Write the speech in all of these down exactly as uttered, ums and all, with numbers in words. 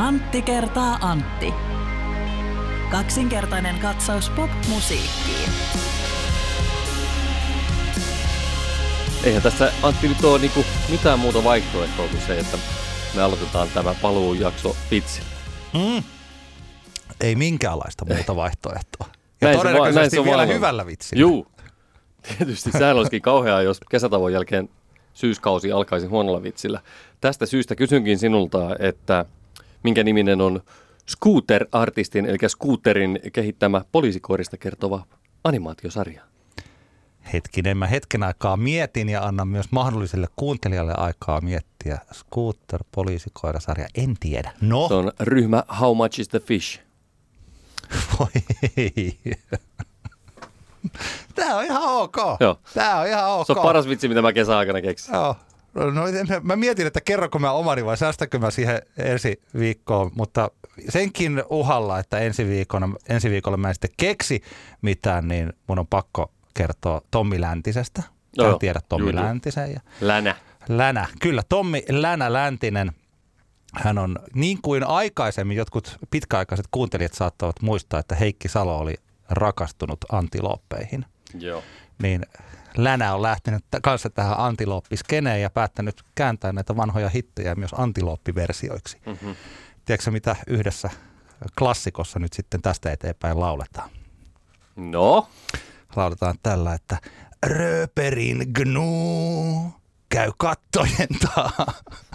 Antti kertaa Antti. Kaksinkertainen katsaus pop-musiikkiin. Eihän tässä, Antti, nyt ole niinku mitään muuta vaihtoehtoa kuin se, että me aloitetaan tämä paluujakso vitsillä. Mm. Ei minkäänlaista muuta vaihtoehtoa. Ja näin todennäköisesti va- vielä vaan hyvällä vitsillä. Juu. Tietysti sehän olisikin kauheaa, jos kesätauon jälkeen syyskausi alkaisi huonolla vitsillä. Tästä syystä kysynkin sinulta, että minkä niminen on Scooter-artistin, eli Scooterin kehittämä poliisikoirista kertova animaatiosarja? Hetkinen, mä hetken aikaa mietin ja annan myös mahdolliselle kuuntelijalle aikaa miettiä. Scooter, poliisikoirasarja, en tiedä. No. Se on ryhmä How Much is the Fish? Voi ei. Tää on ihan ok. Joo. Tää on ihan ok. Se on paras vitsi, mitä mä kesäaikana keksin. Joo. No, mä mietin, että kerronko mä omani vai säästäkö mä siihen ensi viikkoon, mutta senkin uhalla, että ensi, viikolla, ensi viikolla mä en sitten keksi mitään, niin mun on pakko kertoa Tommi Läntisestä. Sä no, tiedät Tommi juu, Läntisen. Ja Länä. Länä, kyllä. Tommi Länä Läntinen. Hän on niin kuin aikaisemmin jotkut pitkäaikaiset kuuntelijat saattavat muistaa, että Heikki Salo oli rakastunut antilooppeihin. Joo. Niin Länä on lähtenyt kanssa tähän antilooppiskeneen ja päättänyt kääntää näitä vanhoja hittejä myös antilooppiversioiksi. Mm-hmm. Tiedätkö mitä yhdessä klassikossa nyt sitten tästä eteenpäin lauletaan? No? Lauletaan tällä, että Rööperin gnu käy kattojen taa.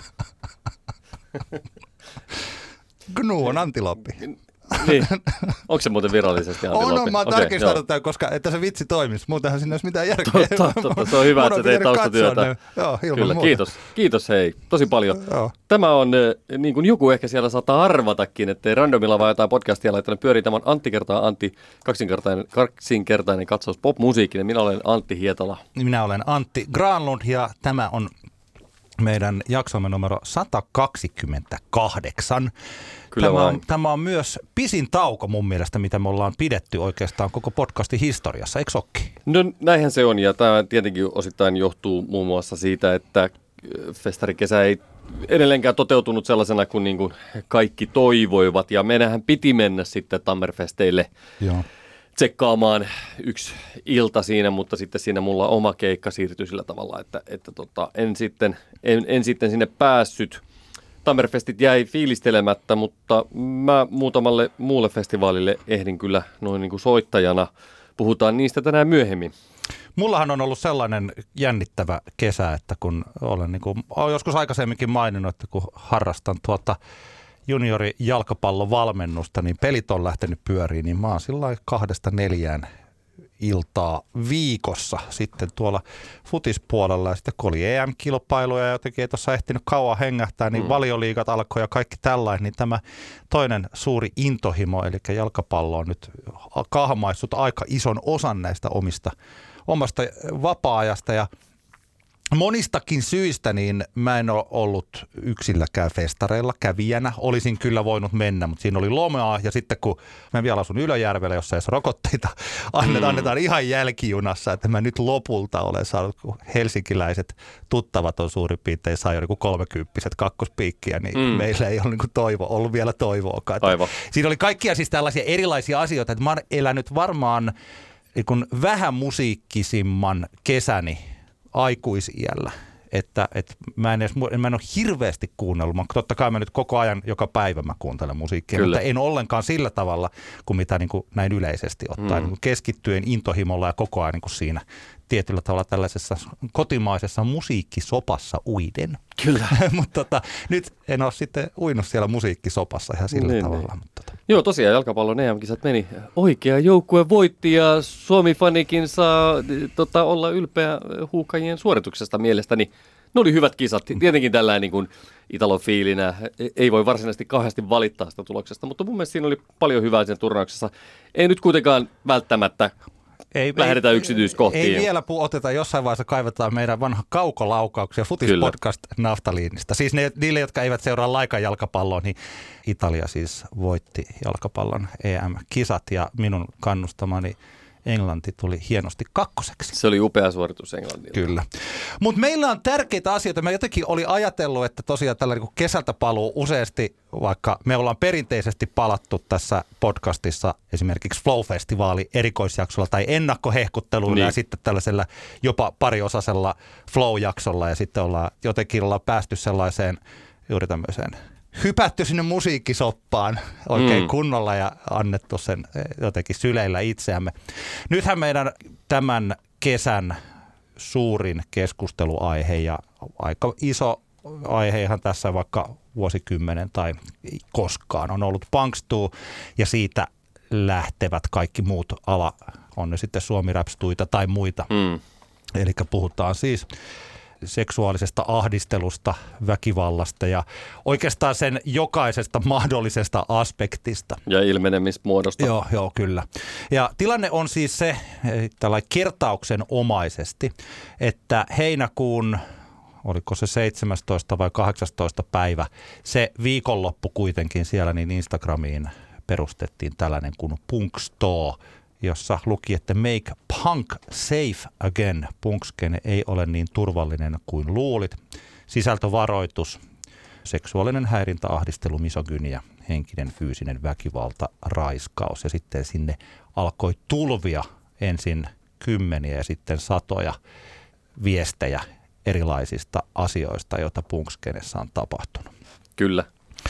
Gnu on antilooppi. Niin. Onko se muuten virallisesti antilooppi? On, on. Mä oon okay, tarkistanut tämän, koska että se vitsi toimisi. Muutenhan siinä ei olisi mitään järkeä. Totta, totta. Se on hyvä, että sä teet taustatyötä. Joo, ilman Kyllä, muuta. Kiitos. Kiitos hei. Tosi paljon. Joo. Tämä on, niin kuin joku ehkä siellä saattaa arvatakin, ettei randomilla vaan jotain podcastia laittanut pyörii tämän Antti kertaa Antti, kaksinkertainen, kaksinkertainen katsaus pop-musiikkinen. Minä olen Antti Hietala. Minä olen Antti Granlund ja tämä on meidän jaksomme numero sata kaksikymmentäkahdeksan. Tämä on, tämä on myös pisin tauko mun mielestä, mitä me ollaan pidetty oikeastaan koko podcastin historiassa, eikö okki? No näinhän se on ja tämä tietenkin osittain johtuu muun muassa siitä, että festarikesä ei edelleenkään toteutunut sellaisena kuin, niin kuin kaikki toivoivat ja meidänhän piti mennä sitten Tammerfesteille. Joo. Tsekkaamaan yksi ilta siinä, mutta sitten siinä mulla oma keikka siirtyi sillä tavalla, että, että tota, en, sitten, en, en sitten sinne päässyt. Tammerfestit jäi fiilistelemättä, mutta mä muutamalle muulle festivaalille ehdin kyllä noin niin kuin soittajana. Puhutaan niistä tänään myöhemmin. Mullahan on ollut sellainen jännittävä kesä, että kun olen niin kuin, olen joskus aikaisemminkin maininnut, että kun harrastan tuota juniorijalkapallovalmennusta, niin pelit on lähtenyt pyöriin, niin mä oon sillä kahdesta neljään iltaa viikossa sitten tuolla futispuolella. Ja sitten kun oli E M-kilpailuja ja jotenkin ei tuossa ehtinyt kauan hengähtää, niin mm. valioliigat alkoi ja kaikki tällainen. Niin tämä toinen suuri intohimo, eli jalkapallo on nyt kahmaissut aika ison osan näistä omista, omasta vapaa-ajasta ja monistakin syistä niin mä en ole ollut yksilläkään festareilla kävijänä. Olisin kyllä voinut mennä, mutta siinä oli lomaa. Ja sitten kun mä vielä asun Ylöjärvellä, jossa ei rokotteita annetaan, mm. annetaan ihan jälkijunassa, että mä nyt lopulta olen saanut, kun helsinkiläiset tuttavat on suurin piirtein saa jo niin kuin kolmekymppiset kakkospiikkiä, niin mm. meillä ei ole niin kuin toivo, ollut vielä toivoakaan. Siinä oli kaikkia siis tällaisia erilaisia asioita, että mä oon elänyt varmaan niin kuin vähän musiikkisimman kesäni aikuisiällä, että, että mä, en edes, mä en ole hirveästi kuunnellut, mä, totta kai mä nyt koko ajan, joka päivä mä kuuntelen musiikkia, Kyllä. mutta en ollenkaan sillä tavalla kuin mitä niin kuin näin yleisesti ottaen, mm. niin keskittyen intohimolla ja koko ajan niin kuin siinä tietyllä tavalla tällaisessa kotimaisessa musiikkisopassa uiden. Kyllä. Mutta tota, nyt en ole sitten uinut siellä musiikkisopassa ihan sillä niin, tavalla. Niin. Mutta tota. Joo, tosiaan jalkapallon E M-kisat meni. Oikea joukkue voitti ja Suomi-fanikin saa tota, olla ylpeä huuhkajien suorituksesta mielestäni. Ne oli hyvät kisat. Tietenkin tällainen niin kuin italofiilinä. Ei voi varsinaisesti kauheasti valittaa sitä tuloksesta, mutta mun mielestä siinä oli paljon hyvää sen turnauksessa. Ei nyt kuitenkaan välttämättä Ei, lähdetään ei, yksityiskohtiin. Ei vielä oteta, jossain vaiheessa kaivetaan meidän vanha kaukolaukauksia Futispodcast naftaliinista. Siis ne, niille, jotka eivät seuraa laikan jalkapalloa, niin Italia siis voitti jalkapallon E M-kisat ja minun kannustamani Englanti tuli hienosti kakkoseksi. Se oli upea suoritus Englannilla. Kyllä. Mutta meillä on tärkeitä asioita. Mä jotenkin oli ajatellut, että tosiaan tällä niin kuin kesältä paluu useasti, vaikka me ollaan perinteisesti palattu tässä podcastissa esimerkiksi Flow-festivaali erikoisjaksolla tai ennakkohehkutteluilla niin. Ja sitten tällaisella jopa pariosaisella Flow-jaksolla ja sitten ollaan jotenkin ollaan päästy sellaiseen juuri tämmöiseen hypätty sinne musiikkisoppaan oikein mm. kunnolla ja annettu sen jotenkin syleillä itseämme. Nythän meidän tämän kesän suurin keskusteluaihe ja aika iso aihehan tässä vaikka vuosikymmenen tai koskaan on ollut Punkstu ja siitä lähtevät kaikki muut ala, on ne sitten suomi-räpstuita tai muita. Mm. Eli puhutaan siis seksuaalisesta ahdistelusta, väkivallasta ja oikeastaan sen jokaisesta mahdollisesta aspektista. Ja ilmenemismuodosta. Joo, joo, kyllä. Ja tilanne on siis se, tällainen kertauksen omaisesti, että heinäkuun, oliko se seitsemästoista vai kahdeksastoista päivä, se viikonloppu kuitenkin siellä niin Instagramiin perustettiin tällainen kuin Punkstore, jossa luki, että make punk safe again. Punkskene ei ole niin turvallinen kuin luulit. Sisältövaroitus, seksuaalinen häirintä, ahdistelu, misogynia, henkinen, fyysinen väkivalta, raiskaus. Ja sitten sinne alkoi tulvia ensin kymmeniä ja sitten satoja viestejä erilaisista asioista, joita punkskenessä on tapahtunut. Kyllä.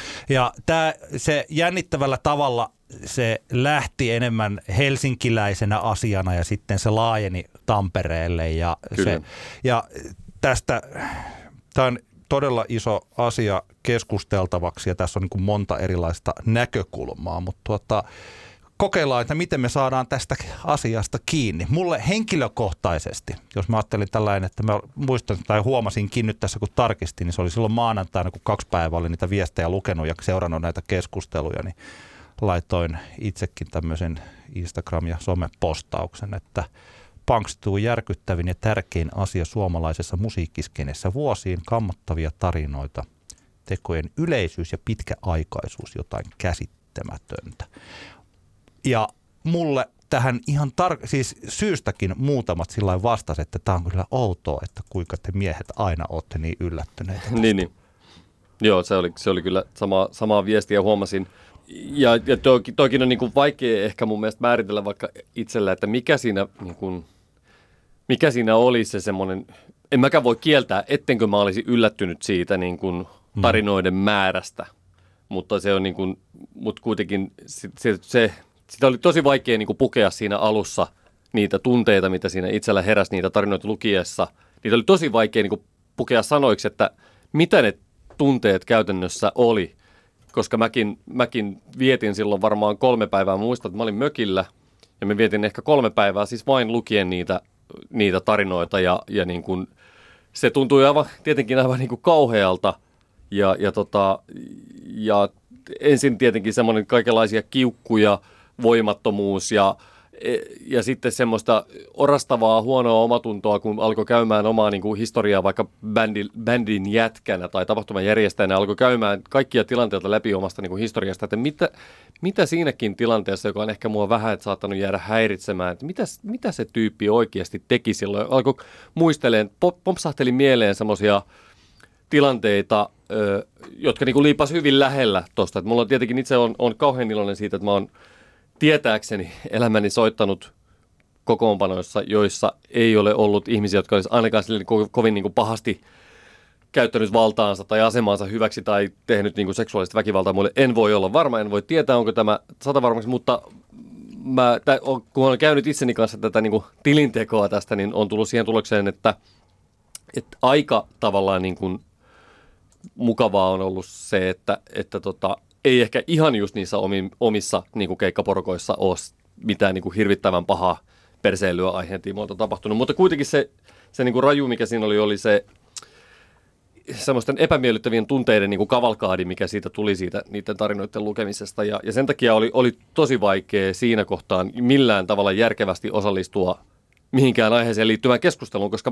Ja tämä, se jännittävällä tavalla se lähti enemmän helsinkiläisenä asiana ja sitten se laajeni Tampereelle. Ja, se, ja tästä, tämä on todella iso asia keskusteltavaksi ja tässä on niin kuin monta erilaista näkökulmaa, mutta tuota, kokeillaan, että miten me saadaan tästä asiasta kiinni. Mulle henkilökohtaisesti, jos mä ajattelin tällainen, että mä muistan tai huomasinkin nyt tässä kun tarkistin, niin se oli silloin maanantaina, kun kaksi päivää oli niitä viestejä lukenut ja seurannut näitä keskusteluja, niin laitoin itsekin tämmöisen Instagram- ja somepostauksen, että Punkstu järkyttävin ja tärkein asia suomalaisessa musiikkiskenessä vuosiin, kammottavia tarinoita, tekojen yleisyys ja pitkäaikaisuus, jotain käsittämätöntä. Ja mulle tähän ihan tar- siis syystäkin muutamat sillä vastasi, että tämä on kyllä outoa, että kuinka te miehet aina olette niin yllättyneitä. niin, niin. Joo, se oli, se oli kyllä sama, samaa viestiä huomasin. Ja, ja toikin, toikin on niin kuin vaikea ehkä mun mielestä määritellä vaikka itsellä, että mikä siinä, niin kuin, mikä siinä oli se semmoinen, en mäkään voi kieltää, ettenkö mä olisi yllättynyt siitä niin kuin tarinoiden määrästä, mutta se on niin kuin, mutta kuitenkin se, se, se sitä oli tosi vaikea niin kuin pukea siinä alussa niitä tunteita, mitä siinä itsellä heräsi niitä tarinoita lukiessa. Niitä oli tosi vaikea niin kuin pukea sanoiksi, että mitä ne tunteet käytännössä oli. Koska mäkin, mäkin vietin silloin varmaan kolme päivää. Muistan, että mä olin mökillä ja mä vietin ehkä kolme päivää siis vain lukien niitä, niitä tarinoita. Ja, ja niin kuin, se tuntui aivan, tietenkin aivan niin kuin kauhealta. Ja, ja, tota, ja ensin tietenkin semmoinen kaikenlaisia kiukkuja, voimattomuus ja, ja sitten semmoista orastavaa huonoa omatuntoa, kun alkoi käymään omaa niin kuin historiaa vaikka bändin, bändin jätkänä tai tapahtuman järjestäjänä, alkoi käymään kaikkia tilanteita läpi omasta niin kuin historiasta, että mitä, mitä siinäkin tilanteessa, joka on ehkä mua vähän että saattanut jäädä häiritsemään, että mitä, mitä se tyyppi oikeasti teki silloin, alkoi muistelemaan, pompsahteli mieleen semmoisia tilanteita, ö, jotka niin kuin liipasi hyvin lähellä tuosta. Mulla on tietenkin itse on, on kauhean iloinen siitä, että mä oon tietääkseni elämäni soittanut kokoonpanoissa, joissa ei ole ollut ihmisiä, jotka olisivat ainakaan ko- kovin niin kuin pahasti käyttänyt valtaansa tai asemaansa hyväksi tai tehnyt niin kuin seksuaalista väkivaltaa muille. En voi olla varma, en voi tietää, onko tämä satavarmaksi, mutta mä, tä, kun olen käynyt itseni kanssa tätä niin kuin tilintekoa tästä, niin on tullut siihen tulokseen, että, että aika tavallaan niin kuin mukavaa on ollut se, että, että tota, ei ehkä ihan just niissä omissa niin kuin keikkaporokoissa ole mitään niin kuin hirvittävän pahaa perseilyä aiheen tiimoilta tapahtunut, mutta kuitenkin se, se niin kuin raju, mikä siinä oli, oli se semmoisten epämiellyttävien tunteiden niin kuin kavalkaadi, mikä siitä tuli siitä niiden tarinoiden lukemisesta. Ja, ja sen takia oli, oli tosi vaikea siinä kohtaan millään tavalla järkevästi osallistua mihinkään aiheeseen liittyvään keskusteluun, koska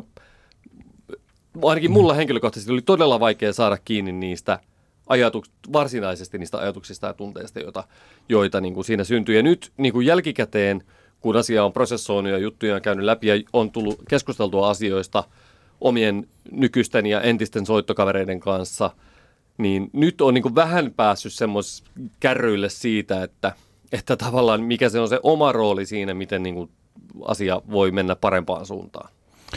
ainakin mulla henkilökohtaisesti oli todella vaikea saada kiinni niistä ajatuks, varsinaisesti niistä ajatuksista ja tunteista, joita, joita niin kuin siinä syntyi. Ja nyt niin kuin jälkikäteen, kun asia on prosessoinut ja juttuja on käynyt läpi ja on tullut keskusteltua asioista omien nykyisten ja entisten soittokavereiden kanssa, niin nyt on niin kuin vähän päässyt semmoisille kärryille siitä, että, että tavallaan mikä se on se oma rooli siinä, miten niin kuin asia voi mennä parempaan suuntaan.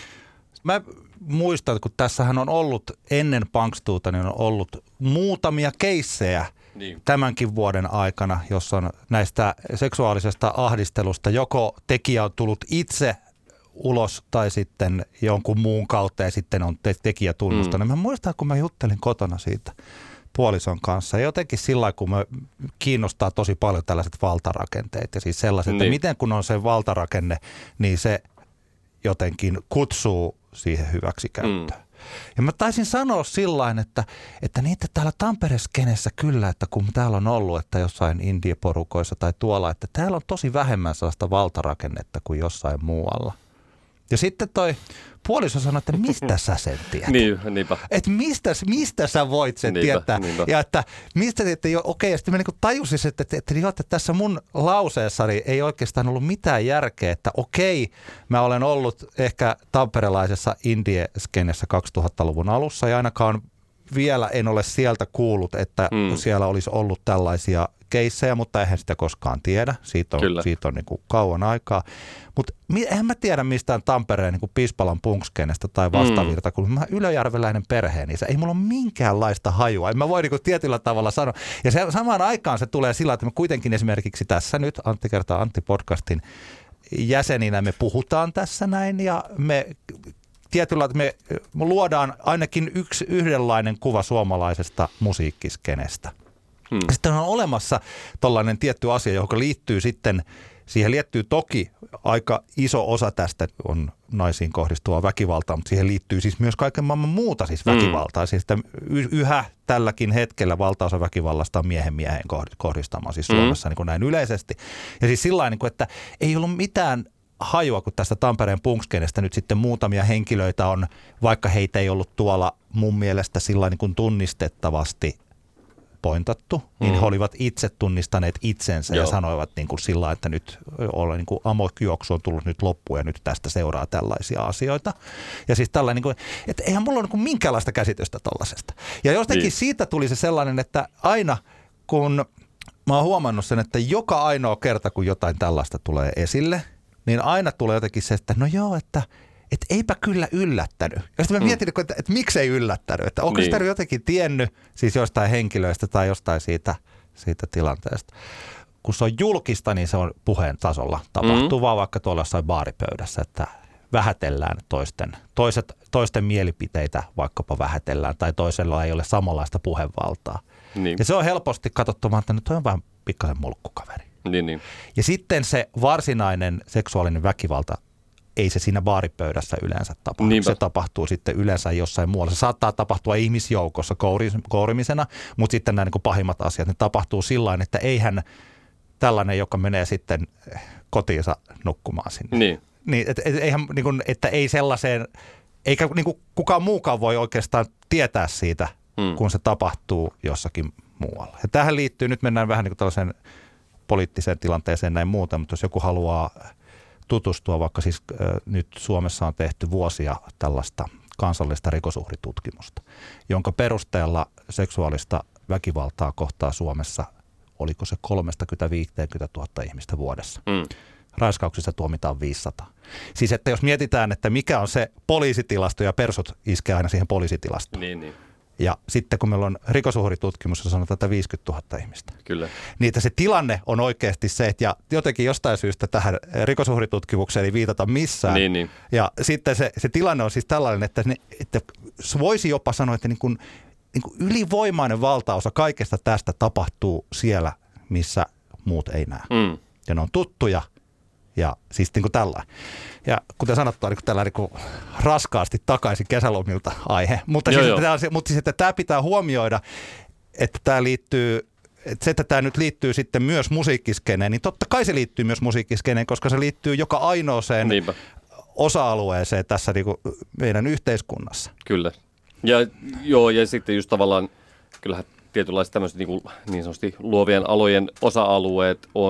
Mä muistan, kun tässähän on ollut ennen Punkstuuta, niin on ollut muutamia keissejä niin tämänkin vuoden aikana, jossa on näistä seksuaalisesta ahdistelusta joko tekijä on tullut itse ulos tai sitten jonkun muun kautta ja sitten on te- tekijä tunnustanut. Mm. Mä muistan, kun mä juttelin kotona siitä puolison kanssa ja jotenkin sillä lailla, kun mä kiinnostaa tosi paljon tällaiset valtarakenteet ja siis sellaiset, niin että miten kun on se valtarakenne, niin se jotenkin kutsuu siihen hyväksikäyttöön. Mm. Ja mä taisin sanoa sillain, että, että niitä täällä Tampere-skenessä kyllä, että kun täällä on ollut, että jossain indie-porukoissa tai tuolla, että täällä on tosi vähemmän sellaista valtarakennetta kuin jossain muualla. Ja sitten toi puoliso sanoi, että mistä sä sen tiedät? Niin, niinpä. Että mistä, mistä sä voit sen niinpä, tietää? Niinpä. Ja että mistä, että okei, okay, ja sitten mä niin tajusin, että, että, että, että tässä mun lauseessani ei oikeastaan ollut mitään järkeä, että okei, mä olen ollut ehkä tamperelaisessa indie-skenessä kaksituhattaluvun alussa ja ainakaan vielä en ole sieltä kuullut, että mm. siellä olisi ollut tällaisia keissejä, mutta eihän sitä koskaan tiedä. Siitä on, siitä on niin kuin kauan aikaa. Mutta eihän mä tiedä mistään Tampereen niin kuin Pispalan punkskenestä tai vastavirta, mm. kun mä ylöjärveläinen perheeni, ei mulla ole minkäänlaista hajua. En mä voi niin kuin tietyllä tavalla sanoa. Ja se, samaan aikaan se tulee sillä, että me kuitenkin esimerkiksi tässä nyt Antti kertaa Antti podcastin jäseninä me puhutaan tässä näin ja me tietyllä, että me luodaan ainakin yksi yhdenlainen kuva suomalaisesta musiikkiskenestä. Hmm. Sitten on olemassa tollainen tietty asia, johon liittyy sitten, siihen liittyy toki aika iso osa tästä on naisiin kohdistuvaa väkivaltaa, mutta siihen liittyy siis myös kaiken maailman muuta siis väkivaltaa. Hmm. Siis yhä tälläkin hetkellä valtaosa väkivallasta on miehen miehen kohdistamaan siis Suomessa hmm. niin kuin näin yleisesti. Ja siis sillain, niin kuin, että ei ollut mitään hajua, kun tästä Tampereen punkskenestä nyt sitten muutamia henkilöitä on, vaikka heitä ei ollut tuolla mun mielestä sillain niin kuin tunnistettavasti pointattu, niin mm. he olivat itse tunnistaneet itsensä Joo. ja sanoivat niin kuin sillä, että nyt on, niin kuin amokjuoksu on tullut nyt loppuun ja nyt tästä seuraa tällaisia asioita. Ja siis tällainen, niin kuin, että eihän mulla ole niin kuin minkäänlaista käsitystä tollasesta. Ja jotenkin niin. siitä tuli se sellainen, että aina kun mä oon huomannut sen, että joka ainoa kerta, kun jotain tällaista tulee esille, niin aina tulee jotenkin se, että no joo, että että eipä kyllä yllättänyt. Ja sitten mä mietin, mm. että, että miksei yllättänyt. Että onko niin. sitä jotenkin tiennyt siis jostain henkilöistä tai jostain siitä, siitä tilanteesta. Kun se on julkista, niin se on puheen tasolla tapahtuvaa, mm. vaikka tuolla jossain baaripöydässä, että vähätellään toisten, toiset, toisten mielipiteitä, vaikkapa vähätellään, tai toisella ei ole samanlaista puhevaltaa. Niin. Ja se on helposti katsottavaa, että toi on vähän pikkasen mulkkukaveri. Niin, niin. Ja sitten se varsinainen seksuaalinen väkivalta, ei se siinä baaripöydässä yleensä tapahdu. Niinpä. Se tapahtuu sitten yleensä jossain muualla. Se saattaa tapahtua ihmisjoukossa kourimisena, mutta sitten nämä niin kuin pahimmat asiat, ne tapahtuu sillain, että eihän tällainen, joka menee sitten kotiinsa nukkumaan sinne. Niin. Niin, et, et, eihän, niin kuin, että ei sellaiseen, eikä niin kuin kukaan muukaan voi oikeastaan tietää siitä, hmm. kun se tapahtuu jossakin muualla. Ja tähän liittyy, nyt mennään vähän niin kuin tällaiseen poliittiseen tilanteeseen näin muuta, mutta jos joku haluaa tutustua, vaikka siis äh, nyt Suomessa on tehty vuosia tällaista kansallista rikosuhritutkimusta, jonka perusteella seksuaalista väkivaltaa kohtaa Suomessa, oliko se kolmekymmentä viisikymmentä tuhatta ihmistä vuodessa. Mm. Raiskauksista tuomitaan viisisataa. Siis että jos mietitään, että mikä on se poliisitilasto ja persut iskee aina siihen poliisitilastoon. Niin, niin. Ja sitten kun meillä on rikosuhritutkimus, se sanotaan, että viisikymmentätuhatta ihmistä. Kyllä. Niin että se tilanne on oikeasti se, että ja jotenkin jostain syystä tähän rikosuhritutkimukseen ei viitata missään. Niin, niin. Ja sitten se, se tilanne on siis tällainen, että, ne, että voisi jopa sanoa, että niin kuin, niin kuin ylivoimainen valtaosa kaikesta tästä tapahtuu siellä, missä muut ei näe. Mm. Ja ne on tuttuja. Ja siis niin kuin tällä. Ja kuten sanottua, niin kuin tällä niin kuin raskaasti takaisin kesälomilta aihe. Mutta, joo, siis, joo. Tämä, mutta siis, että tämä pitää huomioida, että tämä liittyy, että se, että tämä nyt liittyy sitten myös musiikkiskeneen, niin totta kai se liittyy myös musiikkiskeneen, koska se liittyy joka ainoaseen Niinpä. osa-alueeseen tässä niin kuin meidän yhteiskunnassa. Kyllä. Ja, joo, ja sitten just tavallaan, kyllähän tietynlaiset tämmöiset niin, kuin, niin sanotusti luovien alojen osa-alueet on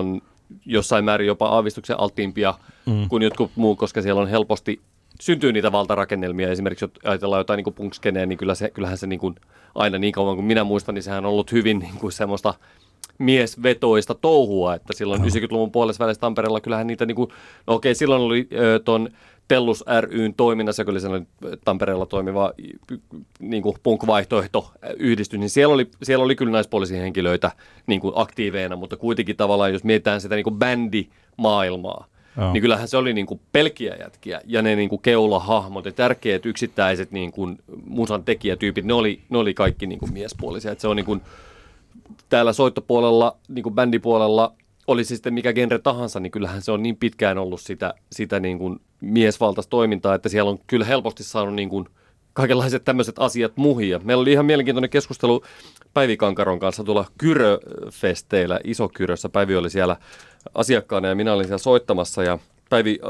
jossain määrin jopa aavistuksen alttiimpia mm. kuin jotkut muu, koska siellä on helposti syntyy niitä valtarakennelmia. Esimerkiksi jos ajatellaan jotain niin punkskeneä, niin kyllä se, kyllähän se niin kuin, aina niin kauan kuin minä muistan, niin sehän on ollut hyvin niin kuin semmoista miesvetoista touhua, että silloin yhdeksänkymmentäluvun puolessa välissä Tampereella kyllähän niitä, niin kuin, no okei, silloin oli ö, ton Tellus ry:n toiminnassa, joka oli sellainen Tampereella toimiva niin kuin punk-vaihtoehto-yhdistys, niin siellä oli, siellä oli kyllä naispuolisia henkilöitä niin kuin aktiiveina, mutta kuitenkin tavallaan, jos mietitään sitä niin kuin bändimaailmaa, oh. niin kyllähän se oli niin kuin pelkkiä jätkiä ja ne niin kuin keulahahmot ja tärkeät yksittäiset niin kuin musan tekijätyypit, ne oli, ne oli kaikki niin kuin miespuolisia. Et se on niin kuin, täällä soittopuolella, niin kuin bändipuolella, oli se sitten mikä genre tahansa, niin kyllähän se on niin pitkään ollut sitä, sitä niin kuin miesvaltaista toimintaa, että siellä on kyllä helposti saanut niin kuin kaikenlaiset tämmöiset asiat muhia. Meillä oli ihan mielenkiintoinen keskustelu Päivi Kankaron kanssa tuolla Kyrö-festeillä, Iso-Kyrössä. Päivi oli siellä asiakkaana ja minä olin siellä soittamassa ja Päivi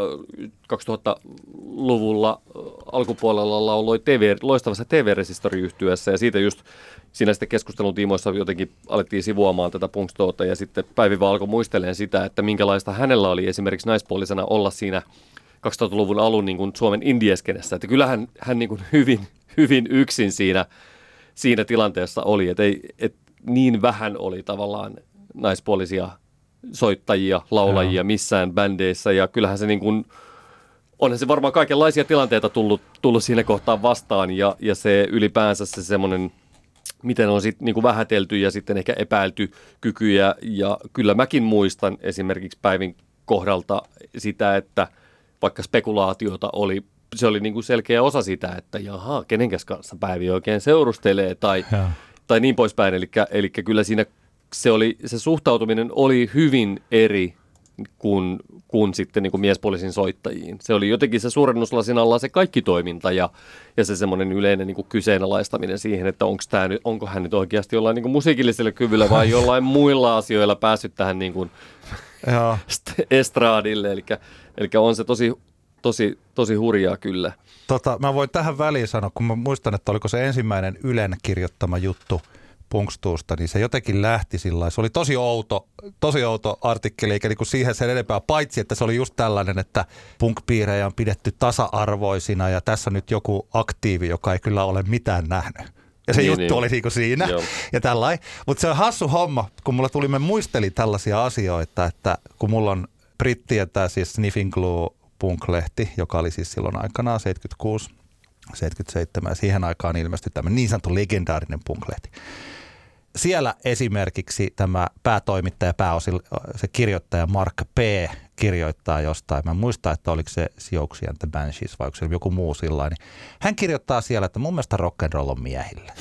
kaksituhattaluvulla alkupuolella lauloi T V, loistavassa T V-resistori-yhtyessä ja siitä just siinä sitten keskustelun tiimoissa jotenkin alettiin sivuamaan tätä punkstoota ja sitten Päivi vaan alkoi muistelemaan sitä, että minkälaista hänellä oli esimerkiksi naispuolisena olla siinä kaksituhattaluvun alun niin kuin Suomen indieskenessä. Että kyllähän hän niin kuin hyvin, hyvin yksin siinä, siinä tilanteessa oli, että ei, et niin vähän oli tavallaan naispuolisia soittajia, laulajia missään bändeissä ja kyllähän se niin kuin, onhan se varmaan kaikenlaisia tilanteita tullut, tullut siinä kohtaa vastaan ja, ja se ylipäänsä se semmoinen, miten on sitten niin kuin vähätelty ja sitten ehkä epäilty kykyjä ja kyllä mäkin muistan esimerkiksi Päivin kohdalta sitä, että vaikka spekulaatiota oli, se oli niin kuin selkeä osa sitä, että jaha, kenenkäs kanssa Päivi oikein seurustelee tai, tai niin poispäin. Eli, eli kyllä siinä se, oli, se suhtautuminen oli hyvin eri kuin, kuin sitten niin kuin miespuolisiin soittajiin. Se oli jotenkin se suurennuslasin alla se kaikki toiminta ja, ja se semmoinen yleinen niin kuin kyseenalaistaminen siihen, että onko tämä nyt, onko hän nyt oikeasti jollain niin kuin musiikillisella kyvyllä vai jollain muilla asioilla päässyt tähän niin kuin estraadille. Eli, eli on se tosi, tosi, tosi hurjaa kyllä. Tota, mä voin tähän väliin sanoa, kun mä muistan, että oliko se ensimmäinen Ylen kirjoittama juttu Punkstuusta, niin se jotenkin lähti sillä se oli tosi outo, tosi outo artikkeli, eikä niinku siihen sen enempää, paitsi että se oli just tällainen, että punk-piirejä on pidetty tasa-arvoisina ja tässä on nyt joku aktiivi, joka ei kyllä ole mitään nähnyt. Ja se niin, juttu niin. oli niinku siinä Joo. ja tällainen. Mutta se on hassu homma, kun mulla tuli, mä muistelin tällaisia asioita, että kun mulla on brittien tämä siis Sniffing Glue punk-lehti, joka oli siis silloin aikanaan seitsemänkymmentäkuusi seitsemänkymmentäseitsemän ja siihen aikaan ilmestyi tämmöinen niin sanottu legendaarinen punk-lehti. Siellä esimerkiksi tämä päätoimittaja, pääosin se kirjoittaja Mark P. kirjoittaa jostain. Mä muistan, että oliko se Siouxsie and the Banshees vai onko se joku muu sillain. Niin hän kirjoittaa siellä, että mun mielestä rock'n'roll on miehille.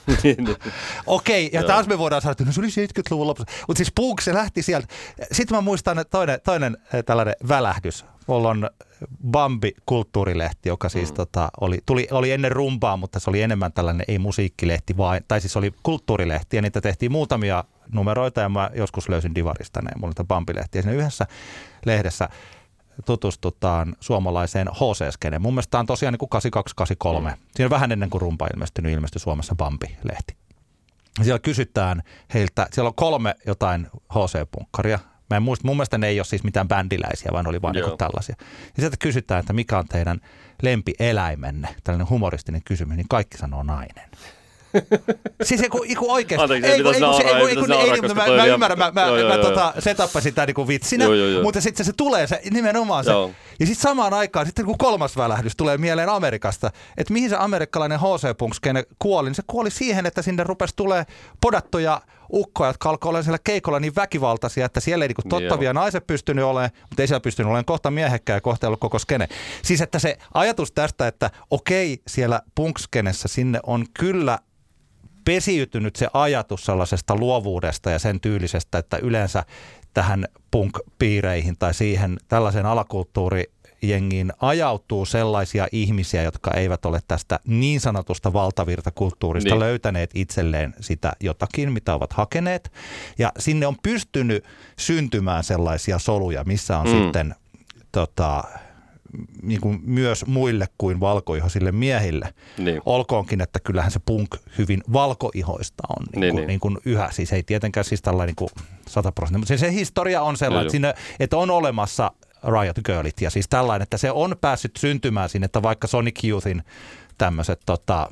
Okei, okay, ja taas me voidaan sanoa, että no se oli seitsemänkymmentäluvun lopussa. Mutta siis punk, se lähti sieltä. Sitten mä muistan, että toinen, toinen tällainen välähdys. Mulla on Bambi-kulttuurilehti, joka siis mm. tota, oli, tuli, oli ennen rumpaa, mutta se oli enemmän tällainen ei musiikkilehti, vaan, tai siis oli kulttuurilehti, ja niitä tehtiin muutamia numeroita, ja mä joskus löysin Divarista ne, mulla oli Bambi-lehti, ja siinä yhdessä lehdessä tutustutaan suomalaiseen H C-skeneen. Mun mielestä tämä on tosiaan niin kuin kahdeksankymmentäkaksi kahdeksankymmentäkolme. Mm. Siinä on vähän ennen kuin rumpa ilmestynyt, ilmestyi Suomessa Bambi-lehti. Siellä kysytään heiltä, siellä on kolme jotain H C-punkkaria. Mä en muista, mun mielestä ne ei ole siis mitään bändiläisiä, vaan oli vaan niin tällaisia. Ja sieltä kysytään, että mikä on teidän lempieläimenne, tällainen humoristinen kysymys, niin kaikki sanoo nainen. Siis ei kun, kun oikeasti. Anteeksi, ei pitäisi nauraa, ei pitäisi nauraa, koska toi Mä ymmärrän, mä, mä, mä tota, setappasin sitä niin kuin vitsinä, joo, joo, joo. Mutta sitten se, se tulee se nimenomaan se. Joo. Ja sitten samaan aikaan, sitten kun kolmas välähdys tulee mieleen Amerikasta, että mihin se amerikkalainen H C-punk-skene kuoli, niin se kuoli siihen, että sinne rupesi tulee podattuja ukkoja, jotka alkoi olla siellä keikolla niin väkivaltaisia, että siellä ei niin tottavia joo. naiset pystynyt olemaan, mutta ei siellä pystynyt olemaan kohta miehekkää ja kohta ei ollut koko skene. Siis että se ajatus tästä, että okei, siellä punk-skenessä sinne on kyllä pesiytynyt se ajatus sellaisesta luovuudesta ja sen tyylisestä, että yleensä tähän punk-piireihin tai siihen tällaiseen alakulttuurijengiin ajautuu sellaisia ihmisiä, jotka eivät ole tästä niin sanotusta valtavirtakulttuurista niin. löytäneet itselleen sitä jotakin, mitä ovat hakeneet. Ja sinne on pystynyt syntymään sellaisia soluja, missä on mm. sitten tota, niin kuin myös muille kuin valkoihoisille miehille. Niin. Olkoonkin, että kyllähän se punk hyvin valkoihoista on niin niin, kuin, niin. niin kuin yhä. Siis ei tietenkään siis tällainen niin kuin sata prosenttia, mutta se, se historia on sellainen, että, sinne, että on olemassa Riot Girlit ja siis tällainen, että se on päässyt syntymään sinne, että vaikka Sonic Youthin tämmöiset tota,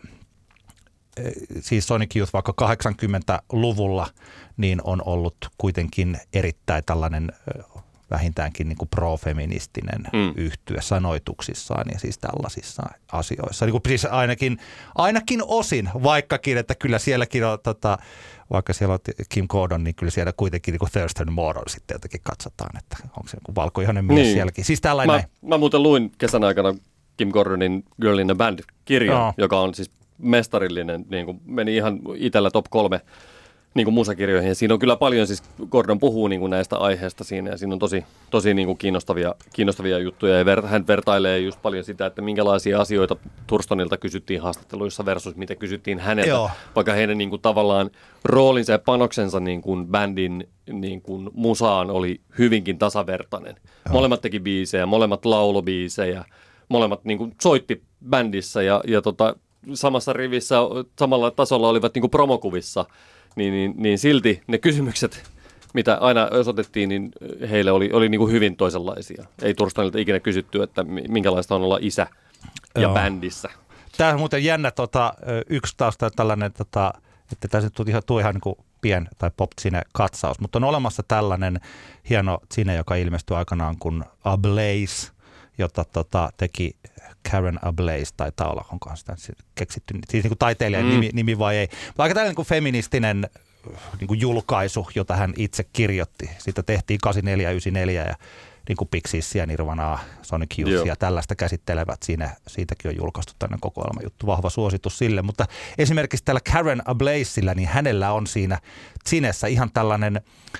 siis Sonic Youth vaikka kahdeksankymmentäluvulla niin on ollut kuitenkin erittäin tällainen vähintäänkin niin kuin pro-feministinen mm. yhtye sanoituksissaan ja siis tällaisissa asioissa. Niin kuin siis ainakin, ainakin osin, vaikkakin, että kyllä sielläkin on, tota, vaikka siellä on Kim Gordon, niin kyllä siellä kuitenkin niin kuin Thurston Moore sitten jotenkin katsotaan, että onko se joku valkoihoinen mies niin. sielläkin. Siis tällainen. Mä, mä muuten luin kesän aikana Kim Gordonin Girl in a Band-kirjan, no. joka on siis mestarillinen, niin kuin meni ihan itsellä top kolme niin kuin musakirjoihin. Ja siinä on kyllä paljon, siis Gordon puhuu niin kuin näistä aiheista siinä ja siinä on tosi, tosi niin kuin kiinnostavia, kiinnostavia juttuja. Ja ver, hän vertailee just paljon sitä, että minkälaisia asioita Thurstonilta kysyttiin haastatteluissa versus mitä kysyttiin häneltä. Joo. Vaikka heidän niin kuin tavallaan roolinsa ja panoksensa niin kuin bändin niin kuin musaan oli hyvinkin tasavertainen. Joo. Molemmat teki biisejä, molemmat laulobiisejä, molemmat niin kuin soitti bändissä ja, ja tota, samassa rivissä, samalla tasolla olivat niin kuin promokuvissa, niin, niin, niin silti ne kysymykset, mitä aina osoitettiin, niin heille oli, oli niin kuin hyvin toisenlaisia. Ei Thurstonilta ikinä kysytty, että minkälaista on olla isä ja Joo. bändissä. Tämä on muuten jännä, tota, yksi taas tällainen, tota, että tässä tuli ihan, tuli ihan niin kuin pien tai pop-cine-katsaus, mutta on olemassa tällainen hieno cine, joka ilmestyi aikanaan kuin Ablaze, jota tota, teki Karen Ablaze, taitaa olla, onkohan sitä keksitty, siis niin kuin taiteilijan mm. nimi, nimi vai ei. Mutta aika tällainen niin kuin feministinen niin kuin julkaisu, jota hän itse kirjoitti. Siitä tehtiin kahdeksankymmentäneljä yhdeksänkymmentäneljä ja niin kuin Pixies ja Nirvanaa, Sonic Youth ja tällaista käsittelevät. Siinä, siitäkin on julkaistu tämmöinen kokoelmajuttu, vahva suositus sille. Mutta esimerkiksi tällä Karen Ablazella, niin hänellä on siinä cinessä ihan tällainen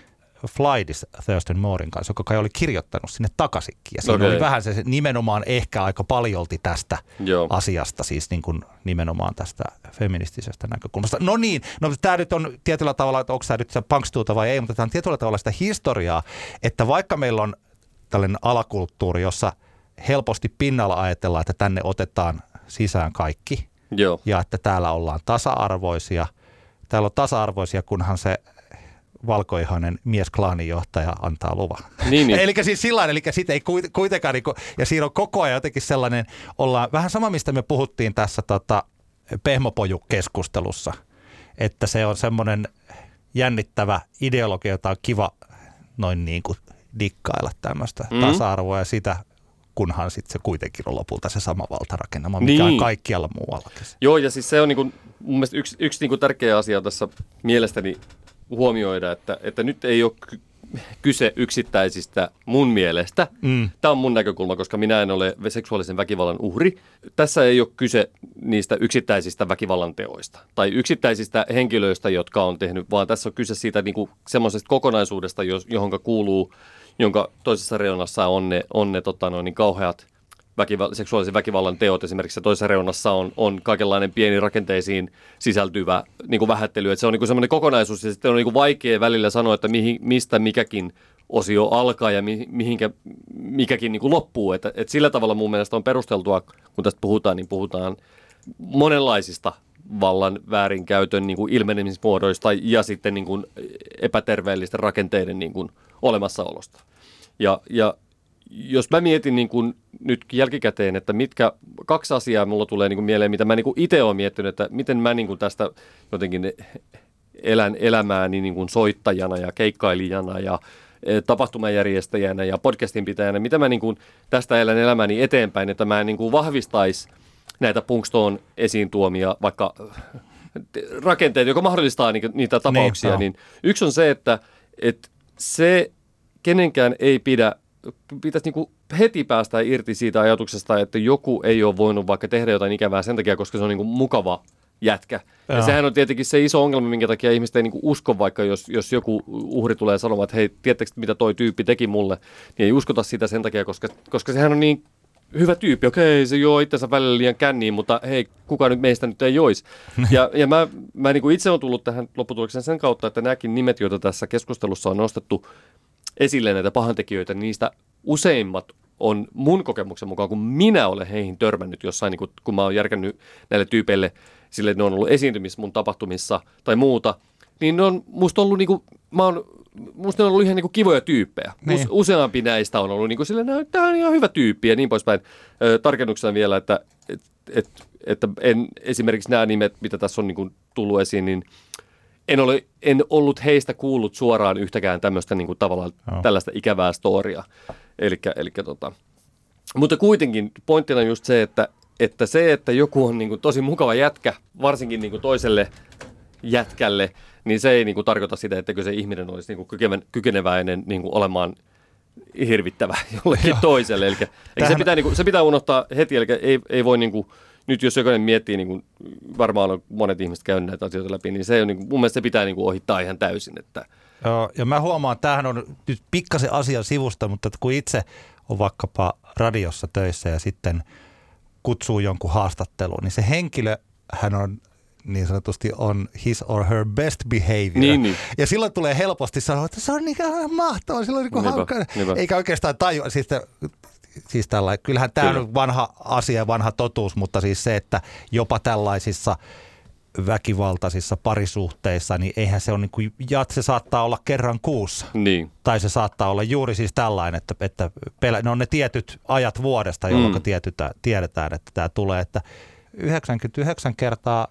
Flightis Thurston Mooren kanssa, joka kai oli kirjoittanut sinne takaisinkin. Ja siinä okay. oli vähän se nimenomaan ehkä aika paljolti tästä Joo. asiasta, siis niin kuin nimenomaan tästä feministisestä näkökulmasta. No niin, no tämä nyt on tietyllä tavalla, että onko tämä nyt punkstuuta vai ei, mutta tämä on tietyllä tavalla sitä historiaa, että vaikka meillä on tällainen alakulttuuri, jossa helposti pinnalla ajatellaan, että tänne otetaan sisään kaikki Joo. ja että täällä ollaan tasa-arvoisia. Täällä on tasa-arvoisia, kunhan se valkoihoinen miesklaaninjohtaja antaa luvan. Niin, niin. Eli siis sillain, eli siitä ei kuitenkaan, ja siinä on koko ajan jotenkin sellainen, ollaan vähän sama, mistä me puhuttiin tässä tota, pehmopoju-keskustelussa, että se on semmoinen jännittävä ideologia, jota on kiva noin niin kuin dikkailla tämmöistä mm. tasa-arvoa ja sitä, kunhan sitten se kuitenkin on lopulta se sama valtarakennelma, mikä niin. on kaikkialla muuallakin. Joo, ja siis se on niin kuin, mun mielestä yksi, yksi niin kuin tärkeä asia tässä mielestäni huomioida, että, että nyt ei ole kyse yksittäisistä mun mielestä. Mm. Tämä on mun näkökulma, koska minä en ole seksuaalisen väkivallan uhri. Tässä ei ole kyse niistä yksittäisistä väkivallan teoista tai yksittäisistä henkilöistä, jotka on tehnyt, vaan tässä on kyse siitä niin kuin semmoisesta kokonaisuudesta, johonka kuuluu, jonka toisessa reunassa on ne, on ne tota, no, niin kauheat väkival- seksuaalisen väkivallan teot. Esimerkiksi toisessa reunassa on, on kaikenlainen pieni rakenteisiin sisältyvä niin kuin vähättely. Että se on niin kuin semmoinen kokonaisuus ja sitten on niin kuin vaikea välillä sanoa, että mihin, mistä mikäkin osio alkaa ja mi, mihinkä mikäkin niin kuin loppuu. Että, että sillä tavalla mun mielestä on perusteltua, kun tästä puhutaan, niin puhutaan monenlaisista vallan väärinkäytön niin kuin ilmenemismuodoista ja sitten niin kuin epäterveellisten rakenteiden niin kuin olemassaolosta. Ja, ja jos mä mietin niin kuin nyt jälkikäteen, että mitkä kaksi asiaa mulla tulee niin kuin mieleen, mitä mä niin kuin itse olen miettinyt, että miten mä niin kuin tästä jotenkin elän elämääni niin kuin soittajana ja keikkailijana ja tapahtumajärjestäjänä ja podcastin pitäjänä, mitä mä niin kuin tästä elän elämääni eteenpäin, että mä niin kuin vahvistaisi näitä Punkstoon esiin tuomia vaikka rakenteita, joka mahdollistaa niitä tapauksia, niin, niin yksi on se, että, että se kenenkään ei pidä pitäisi niin kuin heti päästä irti siitä ajatuksesta, että joku ei ole voinut vaikka tehdä jotain ikävää sen takia, koska se on niin kuin mukava jätkä. Ja, ja sehän on tietenkin se iso ongelma, minkä takia ihmiset ei niin kuin usko, vaikka jos, jos joku uhri tulee sanomaan, että hei, tiedättekö mitä toi tyyppi teki mulle, niin ei uskota sitä sen takia, koska, koska sehän on niin hyvä tyyppi. Okei, se joo itsensä välillä liian känniin, mutta hei, kuka nyt meistä nyt ei joisi. Ja, ja mä, mä niin kuin itse olen tullut tähän lopputulokseen sen kautta, että nämäkin nimet, joita tässä keskustelussa on nostettu esille näitä pahantekijöitä, niin niistä useimmat on mun kokemuksen mukaan, kun minä olen heihin törmännyt jossain, niin kun, kun mä oon järkännyt näille tyypeille sille, että ne on ollut esiintymis mun tapahtumissa tai muuta, niin ne on musta ollut, niin kuin, mä oon, musta ne on ollut ihan niin kuin kivoja tyyppejä. Niin. Useampi näistä on ollut niin kuin silleen, että tämä on ihan hyvä tyyppi ja niin poispäin. Ö, tarkennuksena vielä, että et, et, että en, esimerkiksi nämä nimet, mitä tässä on niin kuin tullut esiin, niin en, ole, en ollut heistä kuullut suoraan yhtäkään tämmöistä niin kuin tavallaan no. tällaista ikävää storia. Elikkä, elikkä, tota. Mutta kuitenkin pointtina just se, että, että se, että joku on niin kuin tosi mukava jätkä, varsinkin niin kuin toiselle jätkälle, niin se ei niin kuin tarkoita sitä, että se ihminen olisi niin kuin kykeneväinen niin kuin olemaan hirvittävä jollekin toiselle. Eli, eli se, pitää, niin kuin, se pitää unohtaa heti, eli ei, ei voi niin kuin, nyt jos jokainen miettii, niin kuin varmaan on monet ihmiset käynyt näitä asioita läpi, niin se on, niin kuin, mun mielestä se pitää niin kuin ohittaa ihan täysin. Että. Joo, ja mä huomaan, että tämähän on nyt pikkasen asian sivusta, mutta kun itse on vaikkapa radiossa töissä ja sitten kutsuu jonkun haastatteluun, niin se henkilö, hän on niin sanotusti on his or her best behavior. Niin, niin. Ja silloin tulee helposti sanoa, että se on niin mahtavaa, silloin niin haukka. Eikä oikeastaan tajua, siis, siis tällä, kyllähän tämä Kyllä. on vanha asia, vanha totuus, mutta siis se, että jopa tällaisissa väkivaltaisissa parisuhteissa, niin eihän se ole niin kuin, se saattaa olla kerran kuussa. Niin. Tai se saattaa olla juuri siis tällainen, että, että ne on ne tietyt ajat vuodesta, jolloin mm. tietytä, tiedetään, että tämä tulee, että yhdeksänkymmentäyhdeksän kertaa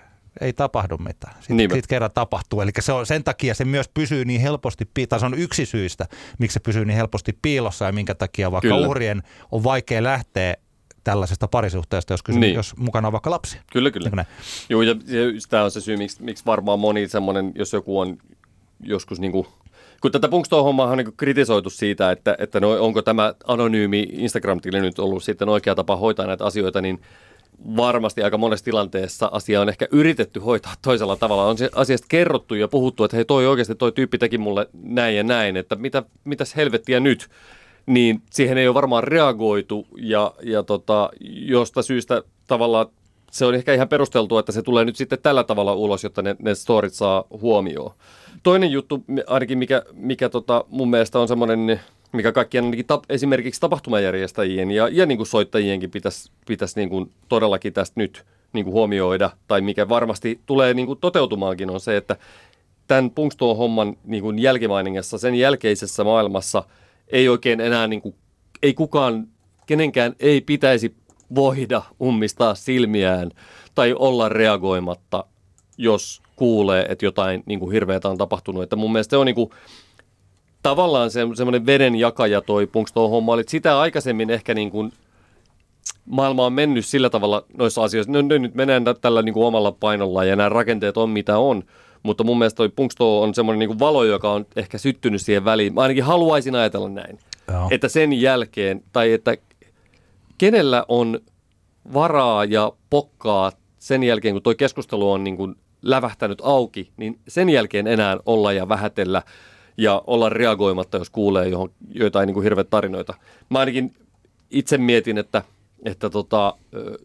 ei tapahdu mitään. Sitten, sitten kerran tapahtuu. Eli se on, sen takia se myös pysyy niin helposti, tai se on yksi syistä, miksi se pysyy niin helposti piilossa ja minkä takia vaikka Kyllä. uhrien on vaikea lähteä tällaisesta parisuhteesta, jos, kysy, niin. jos mukana on vaikka lapsi. Kyllä, kyllä. Niin Joo, ja, ja tämä on se syy, miksi, miksi varmaan moni semmoinen, jos joku on joskus niin kuin, kun tätä Punkstone-hommaa on niin kritisoitu siitä, että, että no, onko tämä anonyymi Instagram-tili nyt ollut sitten oikea tapa hoitaa näitä asioita, niin varmasti aika monessa tilanteessa asia on ehkä yritetty hoitaa toisella tavalla. On se asiasta kerrottu ja puhuttu, että hei toi oikeasti toi tyyppi teki mulle näin ja näin, että mitä, mitäs helvettiä nyt? Niin siihen ei ole varmaan reagoitu ja, ja tota, josta syystä tavallaan se on ehkä ihan perusteltua, että se tulee nyt sitten tällä tavalla ulos, jotta ne, ne storit saa huomioon. Toinen juttu ainakin, mikä, mikä tota, mun mielestä on semmoinen, mikä kaikkien tap, esimerkiksi tapahtumajärjestäjien ja, ja niin kuin soittajienkin pitäisi, pitäisi niin kuin todellakin tästä nyt niin kuin huomioida, tai mikä varmasti tulee niin kuin toteutumaankin, on se, että tämän Punkstone-homman niin kuin jälkimainingassa, sen jälkeisessä maailmassa ei oikein enää, niin kuin, ei kukaan, kenenkään ei pitäisi voida ummistaa silmiään tai olla reagoimatta, jos kuulee, että jotain niin kuin hirveätä on tapahtunut. Että mun mielestä se on niin kuin, tavallaan se, semmoinen vedenjakaja toi Punkstone-homma, eli sitä aikaisemmin ehkä niin kuin maailma on mennyt sillä tavalla noissa asioissa. No, nyt mennään tällä niin kuin omalla painolla ja nämä rakenteet on mitä on, mutta mun mielestä toi Punkstone on semmoinen niin kuin valo, joka on ehkä syttynyt siihen väliin. Mä ainakin haluaisin ajatella näin, Joo. että sen jälkeen, tai että kenellä on varaa ja pokkaa sen jälkeen, kun toi keskustelu on niin kuin lävähtänyt auki, niin sen jälkeen enää olla ja vähätellä ja olla reagoimatta, jos kuulee johon, joitain niin kuin hirveitä tarinoita. Mä ainakin itse mietin, että, että tota,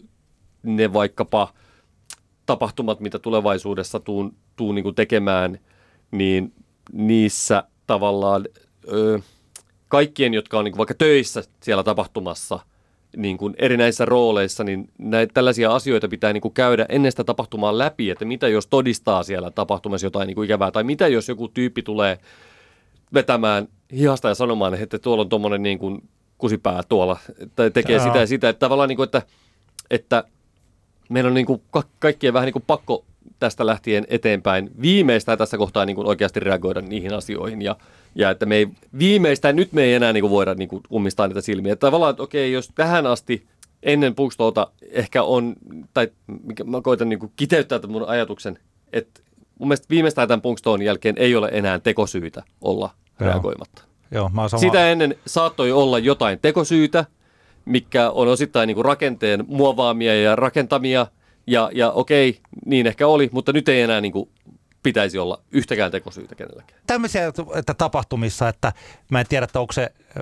ne vaikkapa tapahtumat, mitä tulevaisuudessa tuun, tuun niin kuin tekemään, niin niissä tavallaan ö, kaikkien, jotka on niin kuin vaikka töissä siellä tapahtumassa, niin kuin erinäisissä rooleissa, niin näitä tällaisia asioita pitää niin kuin käydä ennen sitä tapahtumaa läpi, että mitä jos todistaa siellä tapahtumassa jotain niin kuin ikävää, tai mitä jos joku tyyppi tulee vetämään hihasta ja sanomaan, että tuolla on tuommoinen niin kuin kusipää tuolla, tai tekee Jaa. sitä ja sitä, että tavallaan niin kuin, että, että meillä on niin kuin ka- kaikkien vähän niin kuin pakko tästä lähtien eteenpäin viimeistään tässä kohtaa niin kuin oikeasti reagoida niihin asioihin, ja, ja että me ei viimeistään, nyt me ei enää niin kuin voida niin kuin ummistaa niitä silmiä. Että tavallaan, että okei, jos tähän asti ennen Punkstoota ehkä on, tai mikä, mä koitan niin kuin kiteyttää tämän mun ajatuksen, että mun mielestä viimeistään tämän Punkstoon jälkeen ei ole enää tekosyitä olla Joo. reagoimatta. Joo, mä sama... Sitä ennen saattoi olla jotain tekosyitä, mikä on osittain niin kuin rakenteen muovaamia ja rakentamia, ja, ja okei, niin ehkä oli, mutta nyt ei enää niin kuin pitäisi olla yhtäkään tekosyytä kenelläkään. Tämmöisiä että tapahtumissa, että mä en tiedä, että onko se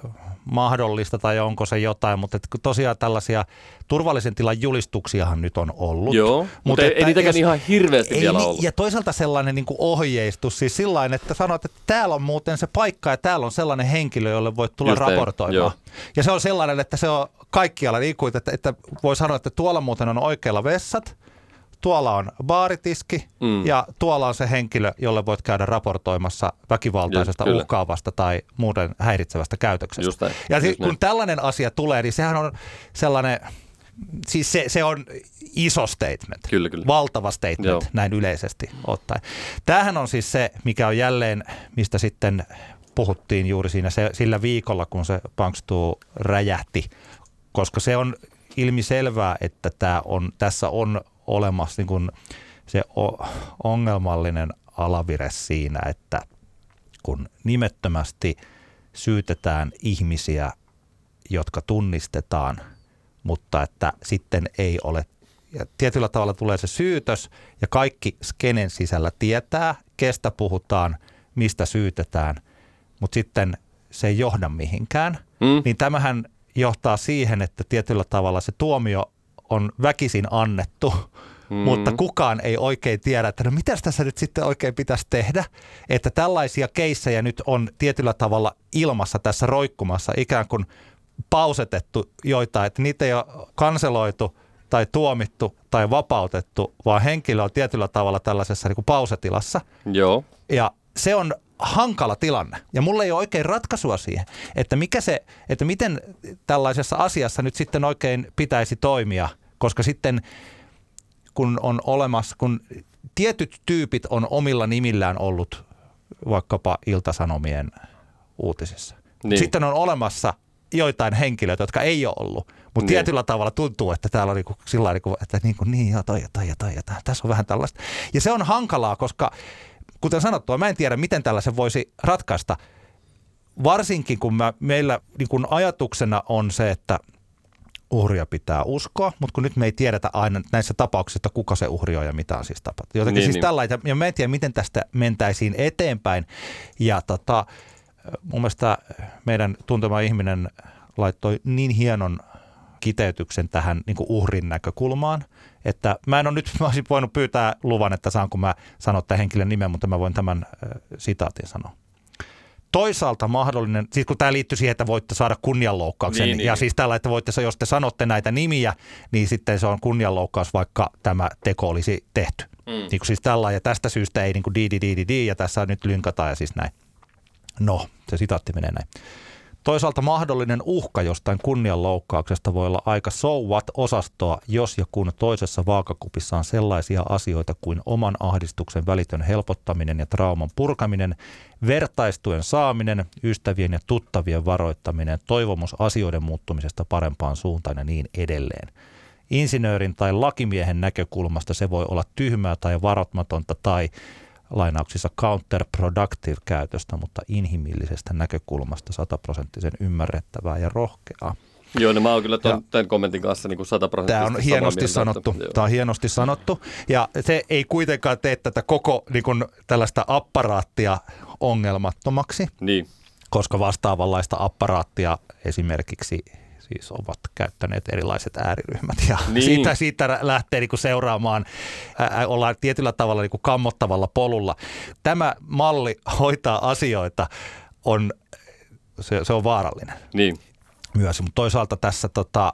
mahdollista tai onko se jotain, mutta että tosiaan tällaisia turvallisen tilan julistuksiahan nyt on ollut. Joo, mutta, mutta ei, ei niitäkään jos, ihan hirveästi ei, vielä ollut. Ja toisaalta sellainen niin kuin ohjeistus, siis sillain, että sanot, että täällä on muuten se paikka ja täällä on sellainen henkilö, jolle voit tulla just raportoimaan. Ei, ja se on sellainen, että se on kaikkialla liikuit, että, että voi sanoa, että tuolla muuten on oikealla vessat, tuolla on baaritiski mm. ja tuolla on se henkilö, jolle voit käydä raportoimassa väkivaltaisesta, Just, uhkaavasta tai muuten häiritsevästä käytöksestä. Just näin, ja just kun näin. Tällainen asia tulee, niin sehän on sellainen, siis se, se on iso statement, kyllä, kyllä. valtava statement Joo. näin yleisesti ottaen. Tämähän on siis se, mikä on jälleen, mistä sitten puhuttiin juuri siinä se, sillä viikolla, kun se Punks-Tuu räjähti, koska se on ilmiselvää, että tämä on, tässä on olemassa niin kuin se ongelmallinen alavire siinä, että kun nimettömästi syytetään ihmisiä, jotka tunnistetaan, mutta että sitten ei ole, ja tietyllä tavalla tulee se syytös ja kaikki skenen sisällä tietää, kestä puhutaan, mistä syytetään, mutta sitten se ei johda mihinkään, mm. niin tämähän johtaa siihen, että tietyllä tavalla se tuomio on väkisin annettu, mm. mutta kukaan ei oikein tiedä, että no mitäs tässä nyt sitten oikein pitäisi tehdä, että tällaisia keissejä nyt on tietyllä tavalla ilmassa tässä roikkumassa, ikään kuin pausetettu joitain, että niitä ei ole kanseloitu tai tuomittu tai vapautettu, vaan henkilö on tietyllä tavalla tällaisessa niin kuin pausetilassa. Joo. Ja se on hankala tilanne. Ja mulla ei ole oikein ratkaisua siihen, että, mikä se, että miten tällaisessa asiassa nyt sitten oikein pitäisi toimia, koska sitten kun on olemassa, kun tietyt tyypit on omilla nimillään ollut vaikkapa Ilta-Sanomien uutisissa. Niin. Sitten on olemassa joitain henkilöitä, jotka ei ole ollut, mutta niin. tietyllä tavalla tuntuu, että täällä on niinku sillä tavalla, että niin, kuin, niin joo, toi ja toi ja toi ja toi. Tässä on vähän tällaista. Ja se on hankalaa, koska kuten sanottua, mä en tiedä, miten tällaisen voisi ratkaista. Varsinkin, kun mä, meillä niin kun ajatuksena on se, että uhria pitää uskoa, mutta kun nyt me ei tiedetä aina näissä tapauksissa, kuka se uhri on ja mitä on siis tapahtunut. Jotenkin niin, siis niin. tällainen, ja mä en tiedä, miten tästä mentäisiin eteenpäin. Ja tota, mun mielestä meidän tuntema ihminen laittoi niin hienon kiteytyksen tähän niin kuin uhrin näkökulmaan, että mä en ole nyt, mä olisin voinut pyytää luvan, että saanko mä sanoa tämän henkilön nimen, mutta mä voin tämän äh, sitaatin sanoa. Toisaalta mahdollinen, siis kun tämä liittyy siihen, että voitte saada kunnianloukkauksen, niin, ja niin. siis tällä, että voitte, jos te sanotte näitä nimiä, niin sitten se on kunnianloukkaus, vaikka tämä teko olisi tehty. Mm. Niin kuin siis tällä, ja tästä syystä ei niin kuin di, di, di, di, di, ja tässä nyt lynkataan, ja siis näin. No, se sitaatti menee näin. Toisaalta mahdollinen uhka jostain kunnianloukkauksesta voi olla aika so what-osastoa, jos ja kun toisessa vaakakupissa on sellaisia asioita kuin oman ahdistuksen välitön helpottaminen ja trauman purkaminen, vertaistuen saaminen, ystävien ja tuttavien varoittaminen, toivomus asioiden muuttumisesta parempaan suuntaan ja niin edelleen. Insinöörin tai lakimiehen näkökulmasta se voi olla tyhmää tai varoittamatonta tai lainauksissa counterproductive käytöstä, mutta inhimillisestä näkökulmasta sataprosenttisen ymmärrettävää ja rohkeaa. Joo, no mä oon kyllä ton, tämän kommentin kanssa niin kuin sataprosenttisesti Tämä on hienosti sanottu. Että, Tämä on hienosti sanottu. Ja se ei kuitenkaan tee tätä koko niin kuin tällaista apparaattia ongelmattomaksi, niin. koska vastaavanlaista apparaattia esimerkiksi siis ovat käyttäneet erilaiset ääriryhmät ja niin. siitä, siitä lähtee niin kuin seuraamaan, ää, ollaan tietyllä tavalla niin kuin kammottavalla polulla. Tämä malli hoitaa asioita, on, se, se on vaarallinen niin. myös, mutta toisaalta tässä tota,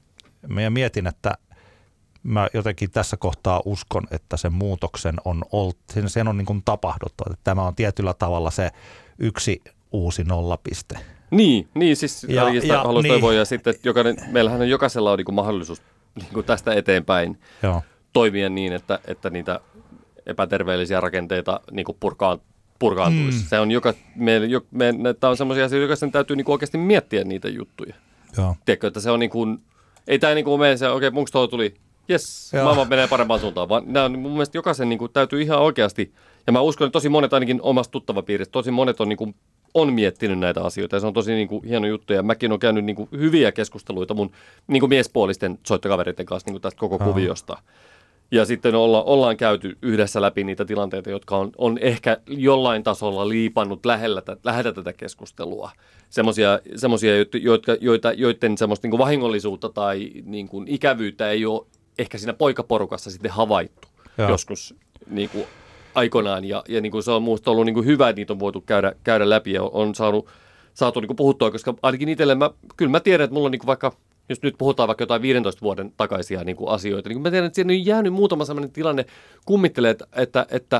mä mietin, että mä jotenkin tässä kohtaa uskon, että sen muutoksen on, ollut, sen, sen on niin kuin tapahduttava, että tämä on tietyllä tavalla se yksi uusi nollapiste. Niin, niin siis ja, ja, haluaisin niin. toivoa, ja sitten, että jokainen, meillähän on jokaisella on niin kuin mahdollisuus niin kuin tästä eteenpäin Joo. toimia niin, että, että niitä epäterveellisiä rakenteita niin kuin purkaa, purkaantuisi. Mm. Se on joka, meillä, jo, me, tämä on semmoisia asioita, jokaisen täytyy niin kuin oikeasti miettiä niitä juttuja. Joo. Tiedätkö, että se on niin kuin, ei tämä niin kuin mene se, okei, okay, munks tuo tuli, jes, maailma menee parempaan suuntaan, vaan nämä on mun mielestä jokaisen niin kuin, täytyy ihan oikeasti, ja mä uskon, että tosi monet ainakin omasta tuttavapiiristä, tosi monet on niin kuin, on miettinyt näitä asioita ja se on tosi niin kuin, hieno juttu ja mäkin olen käynyt niin kuin, hyviä keskusteluita mun niin kuin miespuolisten soittokavereiden kanssa niin kuin tästä koko kuviosta. Ja sitten olla, ollaan käyty yhdessä läpi niitä tilanteita, jotka on, on ehkä jollain tasolla liipannut lähellä, lähellä tätä keskustelua. Semmoisia, joita, joita, joiden semmoista niin kuin vahingollisuutta tai niin kuin ikävyyttä ei ole ehkä siinä poikaporukassa sitten havaittu Joo. joskus niin kuin aikoinaan. Ja, ja niin kuin se on minusta ollut niin kuin hyvä, että niitä on voitu käydä, käydä läpi ja on saanut, saatu niin kuin puhuttua, koska ainakin itselle mä, kyllä mä tiedän, että mulla on niin kuin vaikka jos nyt puhutaan vaikka jotain viidentoista vuoden takaisia niin kuin asioita, niin mä tiedän, että siinä on jäänyt muutama sellainen tilanne kummittelee, että, että, että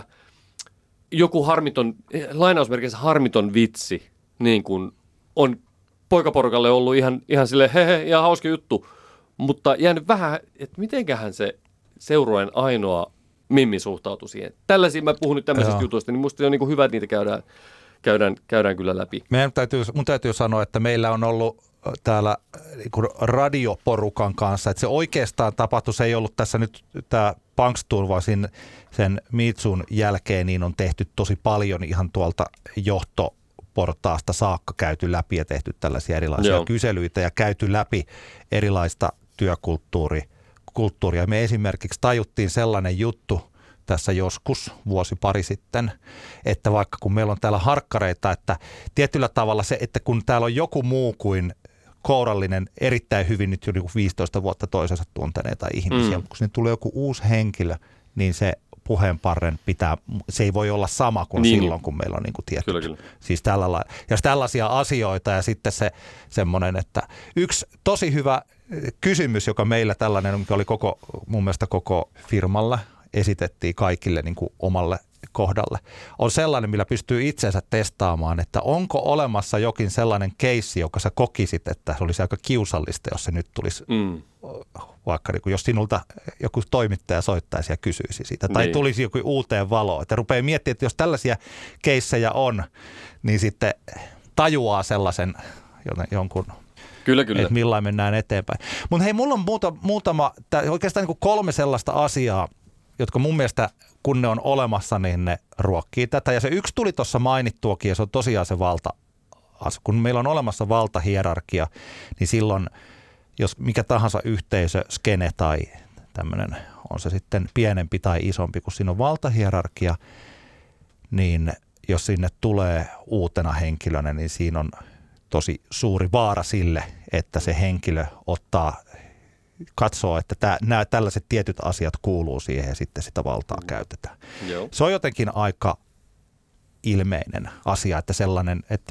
joku harmiton, lainausmerkeissä harmiton vitsi niin kuin on poikaporukalle ollut ihan, ihan silleen hehe, ihan hauska juttu, mutta jäänyt vähän, että mitenköhän se seurueen ainoa Mimmi suhtautui siihen. Tällaisia, mä puhun nyt tämmöisistä Joo. jutuista, niin musta on niin kuin hyvä, että niitä käydään, käydään, käydään kyllä läpi. Meidän täytyy, mun täytyy sanoa, että meillä on ollut täällä niin radioporukan kanssa, että se oikeastaan tapahtui, se ei ollut tässä nyt tämä Punkstun, vaan sen, sen Mitsun jälkeen niin on tehty tosi paljon ihan tuolta johtoportaasta saakka käyty läpi ja tehty tällaisia erilaisia Joo. kyselyitä ja käyty läpi erilaista työkulttuuria. Me esimerkiksi tajuttiin sellainen juttu tässä joskus vuosi pari sitten, että vaikka kun meillä on täällä harkkareita, että tietyllä tavalla se, että kun täällä on joku muu kuin kourallinen, erittäin hyvin nyt jo niin kuin viisitoista vuotta toisensa tunteneita ihmisiä, mm. mutta kun sinne tulee joku uusi henkilö, niin se puheenparren pitää, se ei voi olla sama kuin niin. silloin, kun meillä on niin kuin tietty. Kyllä, kyllä. Siis tällä ja tällaisia asioita ja sitten se semmoinen, että yksi tosi hyvä kysymys, joka meillä tällainen, mikä oli koko, mun mielestä koko firmalla, esitettiin kaikille niin kuin omalle kohdalle, on sellainen, millä pystyy itsensä testaamaan, että onko olemassa jokin sellainen keissi, joka sä kokisit, että se olisi aika kiusallista, jos se nyt tulisi, mm. vaikka niin kuin, jos sinulta joku toimittaja soittaisi ja kysyisi siitä, tai niin. tulisi joku uuteen valoon, että rupeaa miettimään, että jos tällaisia keissejä on, niin sitten tajuaa sellaisen jonkun, Kyllä, kyllä. että millain mennään eteenpäin. Mutta hei, mulla on muuta, muutama, oikeastaan niin kuin kolme sellaista asiaa, jotka mun mielestä, kun ne on olemassa, niin ne ruokkii tätä. Ja se yksi tuli tuossa mainittuakin, ja se on tosiaan se valta. Kun meillä on olemassa valtahierarkia, niin silloin, jos mikä tahansa yhteisö, skene tai tämmöinen, on se sitten pienempi tai isompi, kun siinä on valtahierarkia, niin jos sinne tulee uutena henkilönä, niin siinä on tosi suuri vaara sille, että se henkilö ottaa katsoo, että tää, nämä tällaiset tietyt asiat kuuluu siihen ja sitten sitä valtaa mm. käytetään. Joo. Se on jotenkin aika ilmeinen asia, että sellainen, että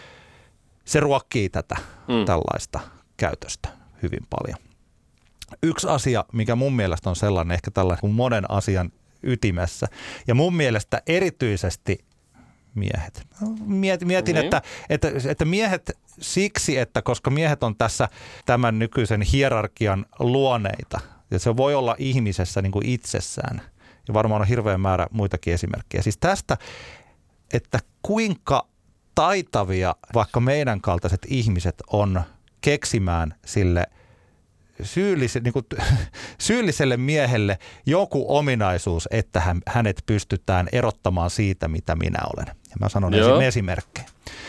se ruokkii tätä mm. tällaista käytöstä hyvin paljon. Yksi asia, mikä mun mielestä on sellainen, ehkä tällainen kuin monen asian ytimessä, ja mun mielestä erityisesti miehet. Mietin, mietin mm-hmm. että, että, että miehet siksi, että koska miehet on tässä tämän nykyisen hierarkian luoneita, ja se voi olla ihmisessä niin kuin itsessään, ja varmaan on hirveän määrä muitakin esimerkkejä. Siis tästä, että kuinka taitavia vaikka meidän kaltaiset ihmiset on keksimään sille Syyllise, niin kuin, syylliselle miehelle joku ominaisuus, että hän, hänet pystytään erottamaan siitä, mitä minä olen. Ja mä sanon Joo. esimerkkejä.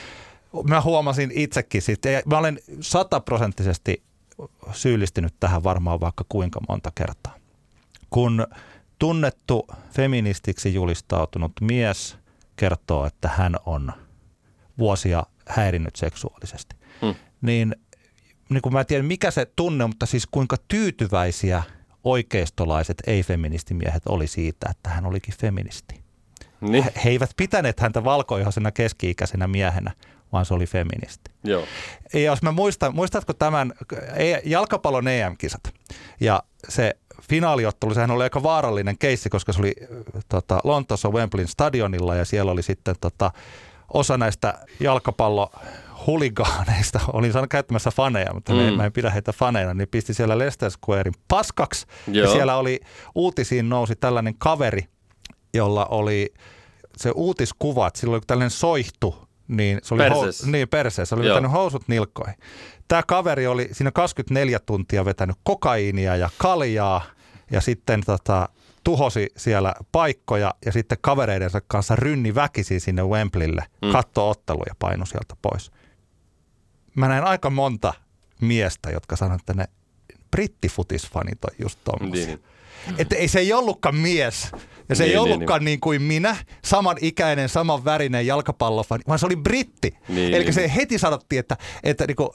Mä huomasin itsekin siitä, ja mä olen sataprosenttisesti syyllistynyt tähän varmaan vaikka kuinka monta kertaa. Kun tunnettu feministiksi julistautunut mies kertoo, että hän on vuosia häirinnyt seksuaalisesti, hmm. niin niin kuin mä en tiedä mikä se tunne, mutta siis kuinka tyytyväisiä oikeistolaiset ei-feministimiehet oli siitä, että hän olikin feministi. Niin. He, he eivät pitäneet häntä valkoihoisena keski-ikäisenä miehenä, vaan se oli feministi. Joo. Ja jos mä muistan, muistatko tämän jalkapallon E M-kisat ja se finaaliottelu, sehän oli aika vaarallinen keissi, koska se oli tota, Lontoossa Wembleyn stadionilla ja siellä oli sitten tota, osa näistä jalkapallo huligaaneista, olin saanut käyttämässä faneja, mutta mm. mä en pidä heitä faneina, niin pisti siellä Leicester Squarein paskaksi. Joo. Ja siellä oli, uutisiin nousi tällainen kaveri, jolla oli se uutiskuva, että sillä oli tällainen soihtu, niin se oli perseessä. Hou, niin, perseessä, oli vetänyt housut nilkkoihin. Tämä kaveri oli siinä kaksikymmentäneljä tuntia vetänyt kokaiinia ja kaljaa ja sitten tota, tuhosi siellä paikkoja ja sitten kavereidensa kanssa rynni väkisin sinne Wembleylle, mm. katsoi ottelua ja painui sieltä pois. Mä näin aika monta miestä, jotka sanoivat, että ne brittifutisfanit on just tommosia. Niin. Että ei se ei ollutkaan mies. Ja se niin, ei ollutkaan niin, niin kuin minä, samanikäinen, samanvärinen jalkapallofani, vaan se oli britti. Niin, Eli niin. se heti sanottiin, että, että, niinku,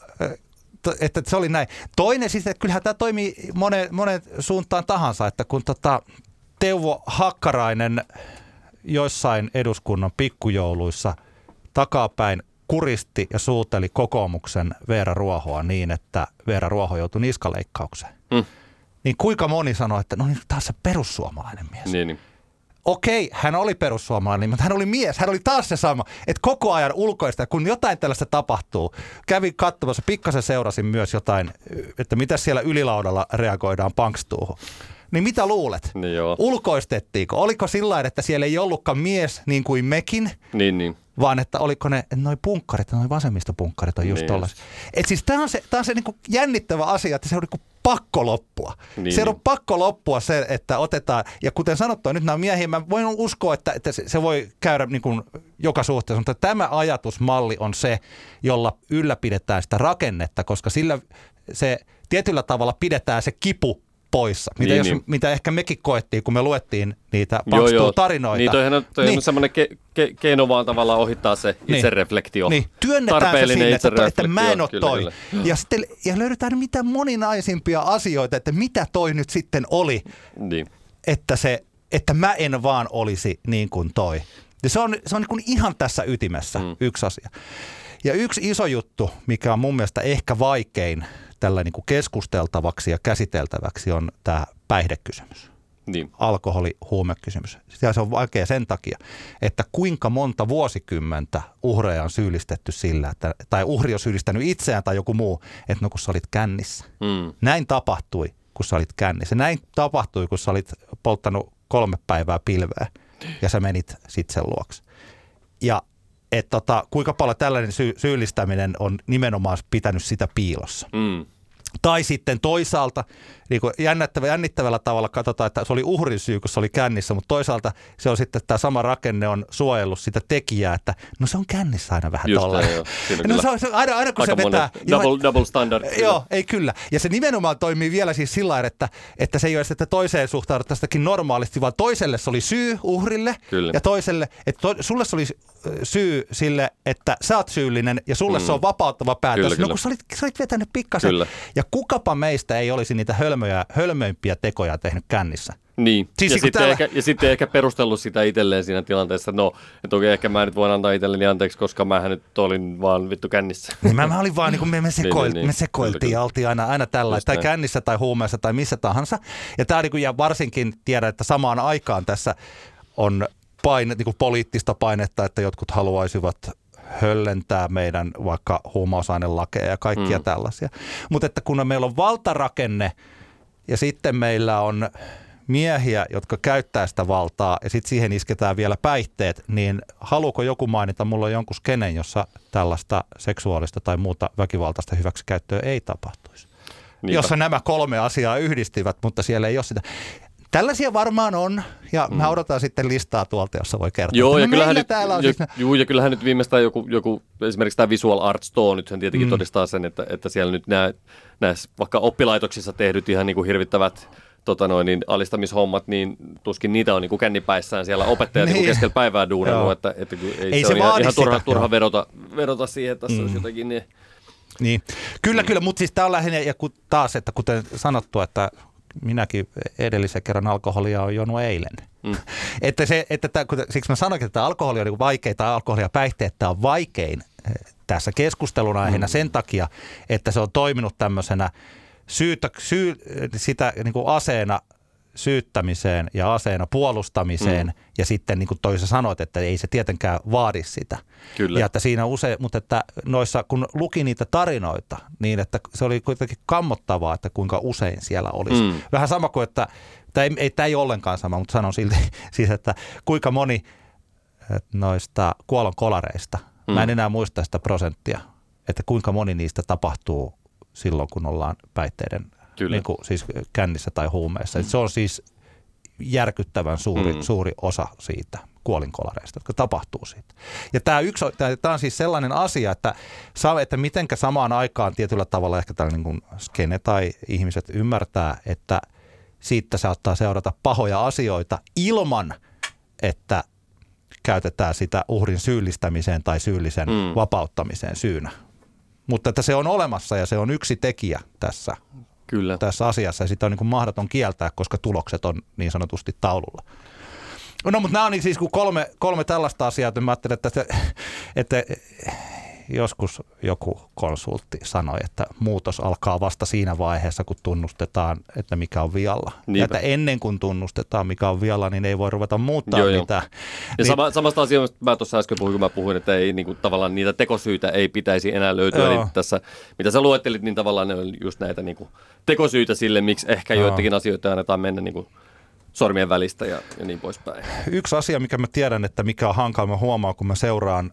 että se oli näin. Toinen siis, että kyllähän tämä toimii monen, monen suuntaan tahansa, että kun tota Teuvo Hakkarainen joissain eduskunnan pikkujouluissa takapäin kuristi ja suuteli kokoomuksen Veera Ruohoa niin, että Veera Ruoho joutui niskaleikkaukseen. Mm. Niin kuinka moni sanoi, että no niin taas se perussuomalainen mies. Niin, niin. Okei, hän oli perussuomalainen, mutta hän oli mies, hän oli taas se sama. Että koko ajan ulkoista, kun jotain tällaista tapahtuu, kävin katsomassa, pikkasen seurasin myös jotain, että mitä siellä ylilaudalla reagoidaan pankstuuhun. Niin mitä luulet? Niin joo. Ulkoistettiinko? Oliko sillä että siellä ei ollutkaan mies niin kuin mekin? Niin, niin. Vaan että oliko ne, noi punkkarit, noi vasemmistopunkkarit on just niin. tollaisia. Että siis tää on se, tää on se niinku jännittävä asia, että se on niinku pakko loppua. Niin, se on niin. pakko loppua se, että otetaan, ja kuten sanottua, nyt nämä miehiä, mä voin uskoa, että, että se, se voi käydä niinku joka suhteessa, mutta tämä ajatusmalli on se, jolla ylläpidetään sitä rakennetta, koska sillä se tietyllä tavalla pidetään se kipu poissa, mitä, niin, jos, niin. mitä ehkä mekin koettiin, kun me luettiin niitä Joo, joo. tarinoita. Niin, toihan on, toi niin. on semmoinen ke, ke, keino vaan tavallaan ohittaa se niin. itsereflektio. Niin, työnnetään se tarpeellinen sinne, että, että mä en ole kyllä, toi. kyllä. Ja, sitten, ja löydetään mitä moninaisimpia asioita, että mitä toi nyt sitten oli, Niin. että, se, että mä en vaan olisi niin kuin toi. Ja se on, se on niin kuin ihan tässä ytimessä mm. yksi asia. Ja yksi iso juttu, mikä on mun mielestä ehkä vaikein tällä niin kuin keskusteltavaksi ja käsiteltäväksi, on tämä päihdekysymys. Niin. Alkoholi-huumekysymys. Ja se on vaikea sen takia, että kuinka monta vuosikymmentä uhreja on syyllistetty sillä, että, tai uhri on syyllistänyt itseään tai joku muu, että no kun sä olit kännissä. Mm. Näin tapahtui, kun sä olit kännissä. Näin tapahtui, kun sä olit polttanut kolme päivää pilveä ja sä menit sit sen luokse. Ja että tota, kuinka paljon tällainen sy- syyllistäminen on nimenomaan pitänyt sitä piilossa. Mm. Tai sitten toisaalta niin kuin jännittävä, jännittävällä tavalla katsotaan, että se oli uhrin syy, kun se oli kännissä, mutta toisaalta se on sitten, tämä sama rakenne on suojellut sitä tekijää, että no se on kännissä aina vähän tollainen. No se on, se, aina, aina kun aika se vetää. Double, jo, double standard. Kyllä. Joo, ei kyllä. Ja se nimenomaan toimii vielä siis sillä tavalla, että, että se ei ole että toiseen suhtauduttaisiin normaalisti, vaan toiselle se oli syy uhrille kyllä. Ja toiselle, että to, sulle se oli syy sille, että sä oot syyllinen ja sulle mm. se on vapauttava päätös. Kyllä, no kyllä. kun sä olit, sä olit vetänyt pikkasen. Kyllä. Ja kukapa meistä ei olisi niitä hölmöjä, hölmöimpiä tekoja tehnyt kännissä. Niin, siis ja, sitten täällä... ehkä, ja sitten ehkä perustellut sitä itselleen siinä tilanteessa, että no, että okei, ehkä mä nyt voin antaa itselleni anteeksi, koska mähän nyt olin vaan vittu kännissä. Niin mä, mä olin vaan, niin kuin me, me, sekoil, niin, niin, me sekoiltiin ja oltiin aina, aina tällä, tai kännissä tai huumeessa tai missä tahansa. Ja tää niin kuin, ja varsinkin tiedän, että samaan aikaan tässä on paine, niin kuin poliittista painetta, että jotkut haluaisivat höllentää meidän vaikka huumausainelakeja ja kaikkia mm. tällaisia. Mutta että kun meillä on valtarakenne ja sitten meillä on miehiä, jotka käyttää sitä valtaa ja sitten siihen isketään vielä päihteet, niin haluuko joku mainita, mulla on jonkun skenen, jossa tällaista seksuaalista tai muuta väkivaltaista hyväksikäyttöä ei tapahtuisi. Niinpä. Jossa nämä kolme asiaa yhdistivät, mutta siellä ei ole sitä. Tällaisia varmaan on, ja mm. mä odotan sitten listaa tuolta, jossa voi kertoa. Joo, ja kyllähän, nyt, jo, siis juu, ja kyllähän nyt viimeistään joku, joku esimerkiksi tämä Visual Art Store, nyt sen tietenkin mm. todistaa sen, että, että siellä nyt nämä, näissä vaikka oppilaitoksissa tehdyt ihan niin kuin hirvittävät tota noin, niin alistamishommat, niin tuskin niitä on niin kuin kännipäissään siellä opettajat niin. niin keskellä päivää duunannut, että, että ei, ei se, se on ihan, ihan turha, turha vedota, vedota siihen, että tässä mm. olisi jotakin. Niin, niin. Kyllä, mm. kyllä, mutta siis tämä on lähinnä, ja taas, että kuten sanottu, että minäkin edellisen kerran alkoholia on juonut eilen. Mm. että se, että tämä, siksi mä sanoinkin, että alkoholi on niin vaikein, tai alkoholi ja päihteet on vaikein tässä keskustelun aiheena mm. sen takia, että se on toiminut tämmöisenä syytä, syy, sitä niin kuin aseena syyttämiseen ja aseena puolustamiseen, mm. ja sitten niin kuin toisa sanoit, että ei se tietenkään vaadi sitä. Kyllä. Ja että siinä usein, mutta että noissa, kun luki niitä tarinoita, niin että se oli kuitenkin kammottavaa, että kuinka usein siellä olisi. Mm. Vähän sama kuin, että tämä ei, ei, tämä ei ollenkaan sama, mutta sanon silti, siis, että kuinka moni noista kuolonkolareista, mm. mä en enää muista sitä prosenttia, että kuinka moni niistä tapahtuu silloin, kun ollaan päihteiden niin kuin, siis kännissä tai huumeissa. Mm. Se on siis järkyttävän suuri, mm. suuri osa siitä. kuolinkolareista, jotka tapahtuu siitä. Ja tämä, yksi, tämä on siis sellainen asia, että, että mitenkä samaan aikaan tietyllä tavalla ehkä tällainen niin kuin skene tai ihmiset ymmärtää, että siitä saattaa seurata pahoja asioita ilman, että käytetään sitä uhrin syyllistämiseen tai syyllisen mm. vapauttamiseen syynä. Mutta että se on olemassa ja se on yksi tekijä tässä, Kyllä. tässä asiassa ja sitä on niin kuin mahdoton kieltää, koska tulokset on niin sanotusti taululla. No mutta nämä on siis kolme, kolme tällaista asiaa, että mä ajattelin, että, että joskus joku konsultti sanoi, että muutos alkaa vasta siinä vaiheessa, kun tunnustetaan, että mikä on vialla. Niinpä. Ja että ennen kuin tunnustetaan, mikä on vialla, niin ei voi ruveta muuttaa joo, mitään. Jo. Ja niin, sama, samasta asiasta mä tuossa äsken puhuin, kun mä puhuin, että ei, niin kuin, tavallaan niitä tekosyitä ei pitäisi enää löytyä. Niin tässä, mitä sä luettelit, niin tavallaan ne on just näitä niin kuin, tekosyitä sille, miksi ehkä joo. joitakin asioita annetaan mennä niin kuin, sormien välistä ja, ja niin poispäin. Yksi asia, mikä mä tiedän, että mikä on hankala, mä huomaan, kun mä seuraan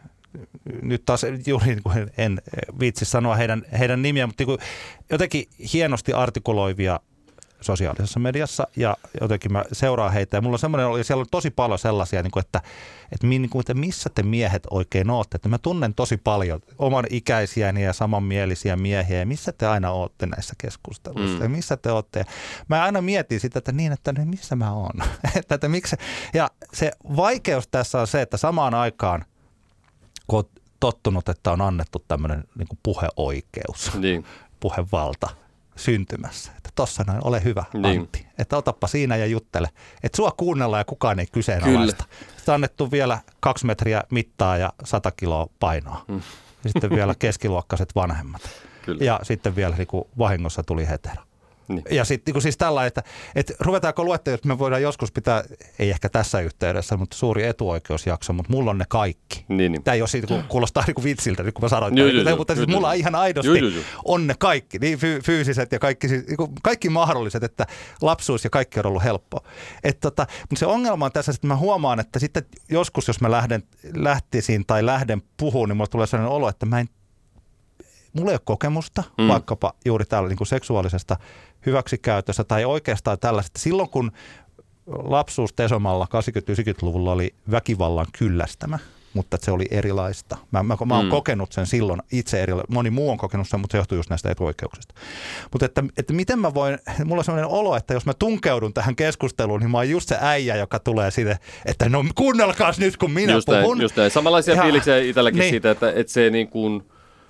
nyt taas juuri niin kuin en viitsi sanoa heidän, heidän nimiä, mutta niin jotenkin hienosti artikuloivia sosiaalisessa mediassa ja jotenkin mä seuraan heitä. Ja mulla on semmoinen, oli siellä on tosi paljon sellaisia, niin kuin, että, että, että missä te miehet oikein ootte. Että mä tunnen tosi paljon oman ikäisiäni ja samanmielisiä miehiä ja missä te aina ootte näissä keskusteluissa mm. ja missä te ootte. Ja mä aina mietin sitä, että niin, että missä mä oon. että, että miksi. Ja se vaikeus tässä on se, että samaan aikaan kun on tottunut, että on annettu tämmöinen niin kuin puheoikeus, niin. puhevalta syntymässä. Että tossa noin, ole hyvä, niin. Antti. Että otappa siinä ja juttele. Että sua kuunnellaan ja kukaan ei kyseenalaista. Sitten on annettu vielä kaksi metriä mittaa ja sata kiloa painoa. Mm. Ja sitten vielä keskiluokkaiset vanhemmat. Kyllä. Ja sitten vielä niin kuin vahingossa tuli hetero. Niin. Ja sitten niin siis tällä, että, että ruvetaanko luettelemaan, että me voidaan joskus pitää, ei ehkä tässä yhteydessä, mutta suuri etuoikeusjakso, mutta mulla on ne kaikki. Niin, niin. Tämä ei ole siitä, kun kuulostaa niin kuin vitsiltä, nyt kun mä sanoin, joo, joo, mutta joo, siis joo, mulla joo. ihan aidosti joo, joo, joo. on ne kaikki, niin fy- fyysiset ja kaikki, siis, kaikki mahdolliset, että lapsuus ja kaikki on ollut helppoa. Et tota, mutta se ongelma on tässä, että mä huomaan, että sitten joskus, jos mä lähden, lähtisin tai lähden puhumaan, niin mulla tulee sellainen olo, että mä en mulla ei ole kokemusta, mm. vaikkapa juuri täällä niin kuin seksuaalisesta hyväksikäytöstä tai oikeastaan tällaista. Silloin kun lapsuus Tesomalla kahdeksankymmentä-yhdeksänkymmentäluvulla oli väkivallan kyllästämä, mutta se oli erilaista. Mä, mä, mä oon mm. kokenut sen silloin itse erilaista. Moni muu on kokenut sen, mutta se johtuu just näistä etuoikeuksista. Mutta että, että miten mä voin, mulla on sellainen olo, että jos mä tunkeudun tähän keskusteluun, niin mä oon just se äijä, joka tulee sinne, että no kuunnelkaas nyt, kun minä just puhun. Näin, just näin. Samanlaisia ja, fiiliksiä itselläkin niin. siitä, että, että se niin kuin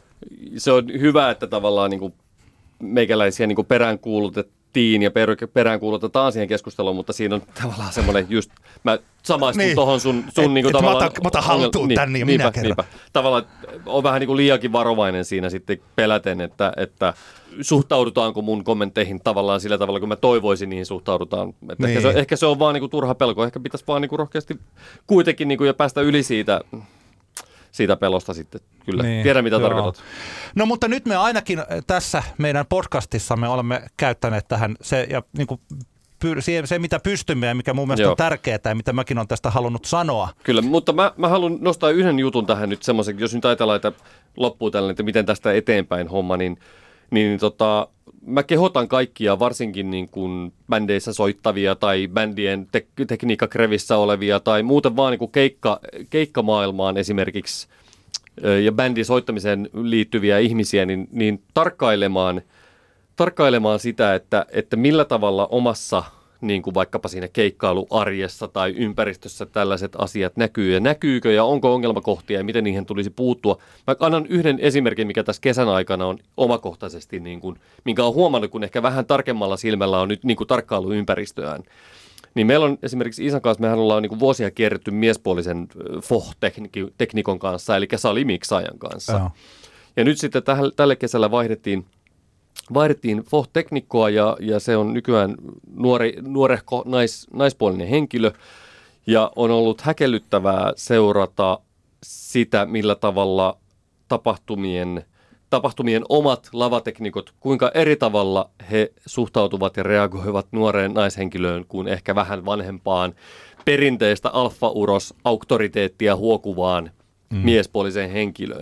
se on hyvä, että tavallaan niin kuin meikäläisiä niin kuin peräänkuulutettiin ja peräänkuulutetaan siihen keskusteluun, mutta siinä on tavallaan semmoinen just, mä samaistun niin. tuohon sun, sun et, niin kuin tavallaan. Mä otan, mä otan haltuun niin, tän niin minä kerran. Niinpä. Tavallaan on vähän niin kuin liiakin varovainen siinä sitten peläten, että, että suhtaudutaanko mun kommentteihin tavallaan sillä tavalla, kun mä toivoisin niihin suhtaudutaan. Että niin. ehkä, se, ehkä se on vaan niin kuin turha pelko, ehkä pitäisi vaan niin kuin rohkeasti kuitenkin niin kuin ja päästä yli siitä. Siitä pelosta sitten, kyllä. Niin, tiedän, mitä joo. tarkoitat. No mutta nyt me ainakin tässä meidän podcastissamme olemme käyttäneet tähän se, ja niin kuin, se, mitä pystymme ja mikä mun mielestä joo. on tärkeää ja mitä mäkin olen tästä halunnut sanoa. Kyllä, mutta mä, mä haluan nostaa yhden jutun tähän nyt semmoisen, jos nyt ajatellaan, että loppuu tällainen, että miten tästä eteenpäin homma, niin, niin tota, mä kehotan kaikkia, varsinkin niin kuin bändeissä soittavia tai bändien te- tekniikkakrevissä olevia tai muuten vaan niin kuin keikka, keikkamaailmaan esimerkiksi ja bändin soittamiseen liittyviä ihmisiä, niin, niin tarkkailemaan, tarkkailemaan sitä, että, että millä tavalla omassa niin kuin vaikkapa siinä keikkailuarjessa tai ympäristössä tällaiset asiat näkyy ja näkyykö ja onko ongelmakohtia ja miten niihin tulisi puuttua. Mä annan yhden esimerkin, mikä tässä kesän aikana on omakohtaisesti, niin kuin, minkä on huomannut, kun ehkä vähän tarkemmalla silmällä on nyt niin kuin tarkkailu ympäristöään. Niin meillä on esimerkiksi Isan kanssa, mehän ollaan niin kuin vuosia kierretty miespuolisen F O H-teknikon kanssa, eli salimiksaajan kanssa. Oh. Ja nyt sitten täh, tälle kesällä vaihdettiin Vaihdettiin F O H-teknikkoa ja, ja se on nykyään nuori, nuorehko nais, naispuolinen henkilö ja on ollut häkellyttävää seurata sitä, millä tavalla tapahtumien, tapahtumien omat lavateknikot, kuinka eri tavalla he suhtautuvat ja reagoivat nuoreen naishenkilöön kuin ehkä vähän vanhempaan perinteistä alfa-uros auktoriteettia huokuvaan mm. miespuoliseen henkilöön.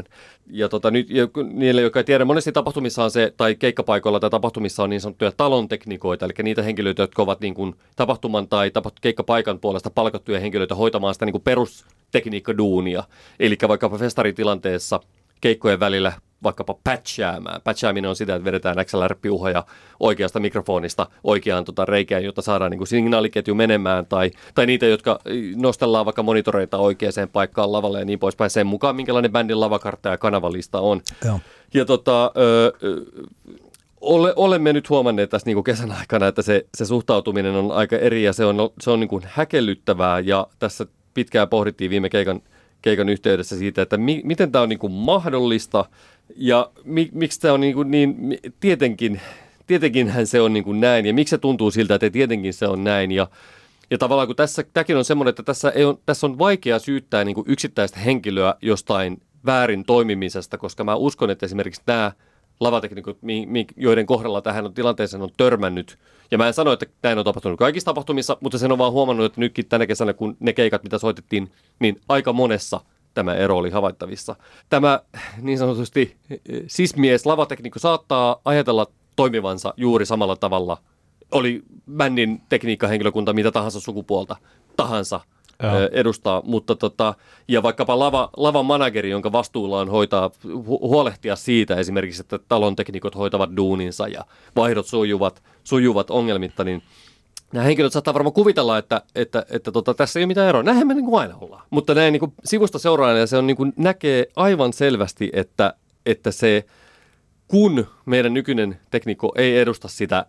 ja tota, nyt, ja niille, jotka ei tiedä, monesti tapahtumissa on se, tai keikkapaikoilla tai tapahtumissa on niin sanottuja talonteknikoita, eli niitä henkilöitä, jotka ovat niin kuin tapahtuman tai tapaht- keikkapaikan puolesta palkattuja henkilöitä hoitamaan sitä niin kuin perustekniikkaduunia. Eli vaikkapa festaritilanteessa keikkojen välillä vaikkapa patchaamaan. Patchaaminen on sitä, että vedetään X L R-piuhoja oikeasta mikrofonista oikeaan tota reikään, jotta saadaan niin kuin signaaliketju menemään, tai, tai niitä, jotka nostellaan vaikka monitoreita oikeaan paikkaan lavalle ja niin poispäin sen mukaan, minkälainen bändin lavakartta ja kanavalista on. Joo. Ja tota, ö, ole, olemme nyt huomanneet tässä niin kuin kesän aikana, että se, se suhtautuminen on aika eri ja se on, se on niin kuin häkellyttävää, ja tässä pitkään pohdittiin viime keikan keikan yhteydessä siitä, että mi, miten tämä on niin kuin mahdollista ja mi, miksi tämä on niin, kuin niin tietenkin, tietenkinhän se on niin kuin näin ja miksi se tuntuu siltä, että tietenkin se on näin ja, ja tavallaan kun tässä, tämäkin on semmoinen, että tässä, ei on, tässä on vaikea syyttää niin kuin yksittäistä henkilöä jostain väärin toimimisesta, koska mä uskon, että esimerkiksi nämä lavateknikot, joiden kohdalla tähän on tilanteeseen on törmännyt. Ja mä en sano, että näin on tapahtunut kaikissa tapahtumissa, mutta sen on vaan huomannut, että nytkin tänä kesänä, kun ne keikat, mitä soitettiin, niin aika monessa tämä ero oli havaittavissa. Tämä niin sanotusti sismies lavateknikko saattaa ajatella toimivansa juuri samalla tavalla. Oli bändin tekniikkahenkilökunta mitä tahansa sukupuolta tahansa edustaa, mutta tota, ja vaikkapa lava, lavan manageri, jonka vastuulla on hoitaa, hu- huolehtia siitä esimerkiksi, että talon teknikot hoitavat duuninsa ja vaihdot sujuvat, sujuvat ongelmitta, niin nämä henkilöt saattaa varmaan kuvitella, että, että, että tota, tässä ei ole mitään eroa. Näinhän me niin kuin aina ollaan. Mutta näin niin kuin sivusta seuraajana se on, niin kuin näkee aivan selvästi, että, että se, kun meidän nykyinen teknikko ei edusta sitä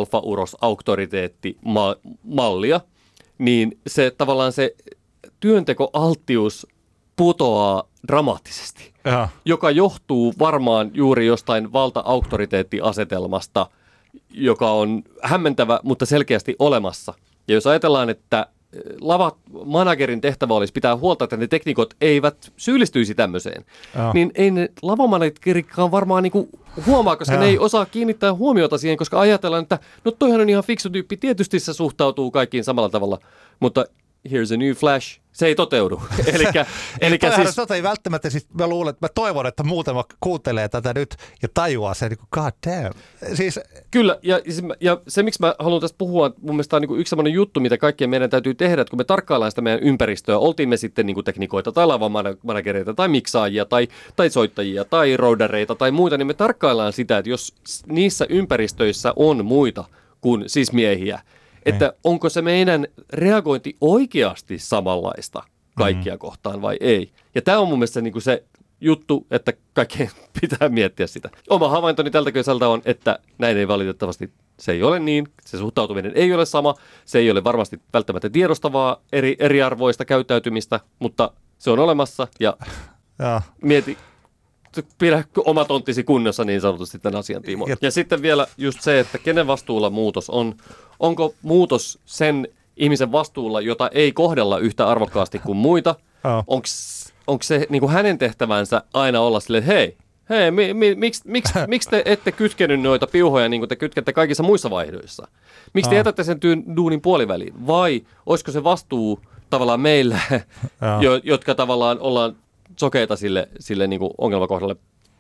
alfa-uros-auktoriteetti-mallia, niin se tavallaan se työntekoalttius putoaa dramaattisesti, ja. joka johtuu varmaan juuri jostain valta-auktoriteettiasetelmasta, joka on hämmentävä, mutta selkeästi olemassa. Ja jos ajatellaan, että lavamanagerin tehtävä olisi pitää huolta, että ne teknikot eivät syyllistyisi tämmöiseen, ja. niin ei ne lavamanagerikkaan varmaan niinku huomaa, koska ja. ne ei osaa kiinnittää huomiota siihen, koska ajatellaan, että no toihan on ihan fiksu tyyppi, tietysti se suhtautuu kaikkiin samalla tavalla, mutta here's a new flash, se ei toteudu. Elikkä, elikkä siis Tota ei välttämättä, siis mä luulen, että mä toivon, että muutama kuuntelee tätä nyt ja tajuaa sen, niin kuin god damn. Siis kyllä, ja, ja se miksi mä haluan tästä puhua, mun mielestä on niin yksi sellainen juttu, mitä kaikkien meidän täytyy tehdä, että kun me tarkkaillaan sitä meidän ympäristöä, oltiin me sitten niin teknikoita tai lavamanagereita tai miksaajia tai, tai soittajia tai roadareita tai muita, niin me tarkkaillaan sitä, että jos niissä ympäristöissä on muita kuin siis miehiä, että onko se meidän reagointi oikeasti samanlaista kaikkia mm-hmm. kohtaan vai ei. Ja tämä on mun mielestä niin kuin se juttu, että kaikkeen pitää miettiä sitä. Oma havaintoni tältä kesältä on, että näin ei valitettavasti, se ei ole niin. Se suhtautuminen ei ole sama. Se ei ole varmasti välttämättä tiedostavaa eri, eriarvoista käyttäytymistä, mutta se on olemassa ja, ja. mieti, pidä oma tonttisi kunnossa niin sanotusti tämän asian tiimoilta. Ja sitten vielä just se, että kenen vastuulla muutos on. Onko muutos sen ihmisen vastuulla, jota ei kohdella yhtä arvokkaasti kuin muita? Oh. Onko se niin kuin hänen tehtävänsä aina olla silleen, että hei, hei mi, mi, miksi miks, miks te ette kytkenyt noita piuhoja niin kuin te kytkette kaikissa muissa vaihdoissa? Miksi te oh. jätätte sen työn duunin puoliväliin? Vai olisiko se vastuu tavallaan meillä, oh. jo, jotka tavallaan ollaan sokeita sille, sille niin kuin ongelmakohdalle?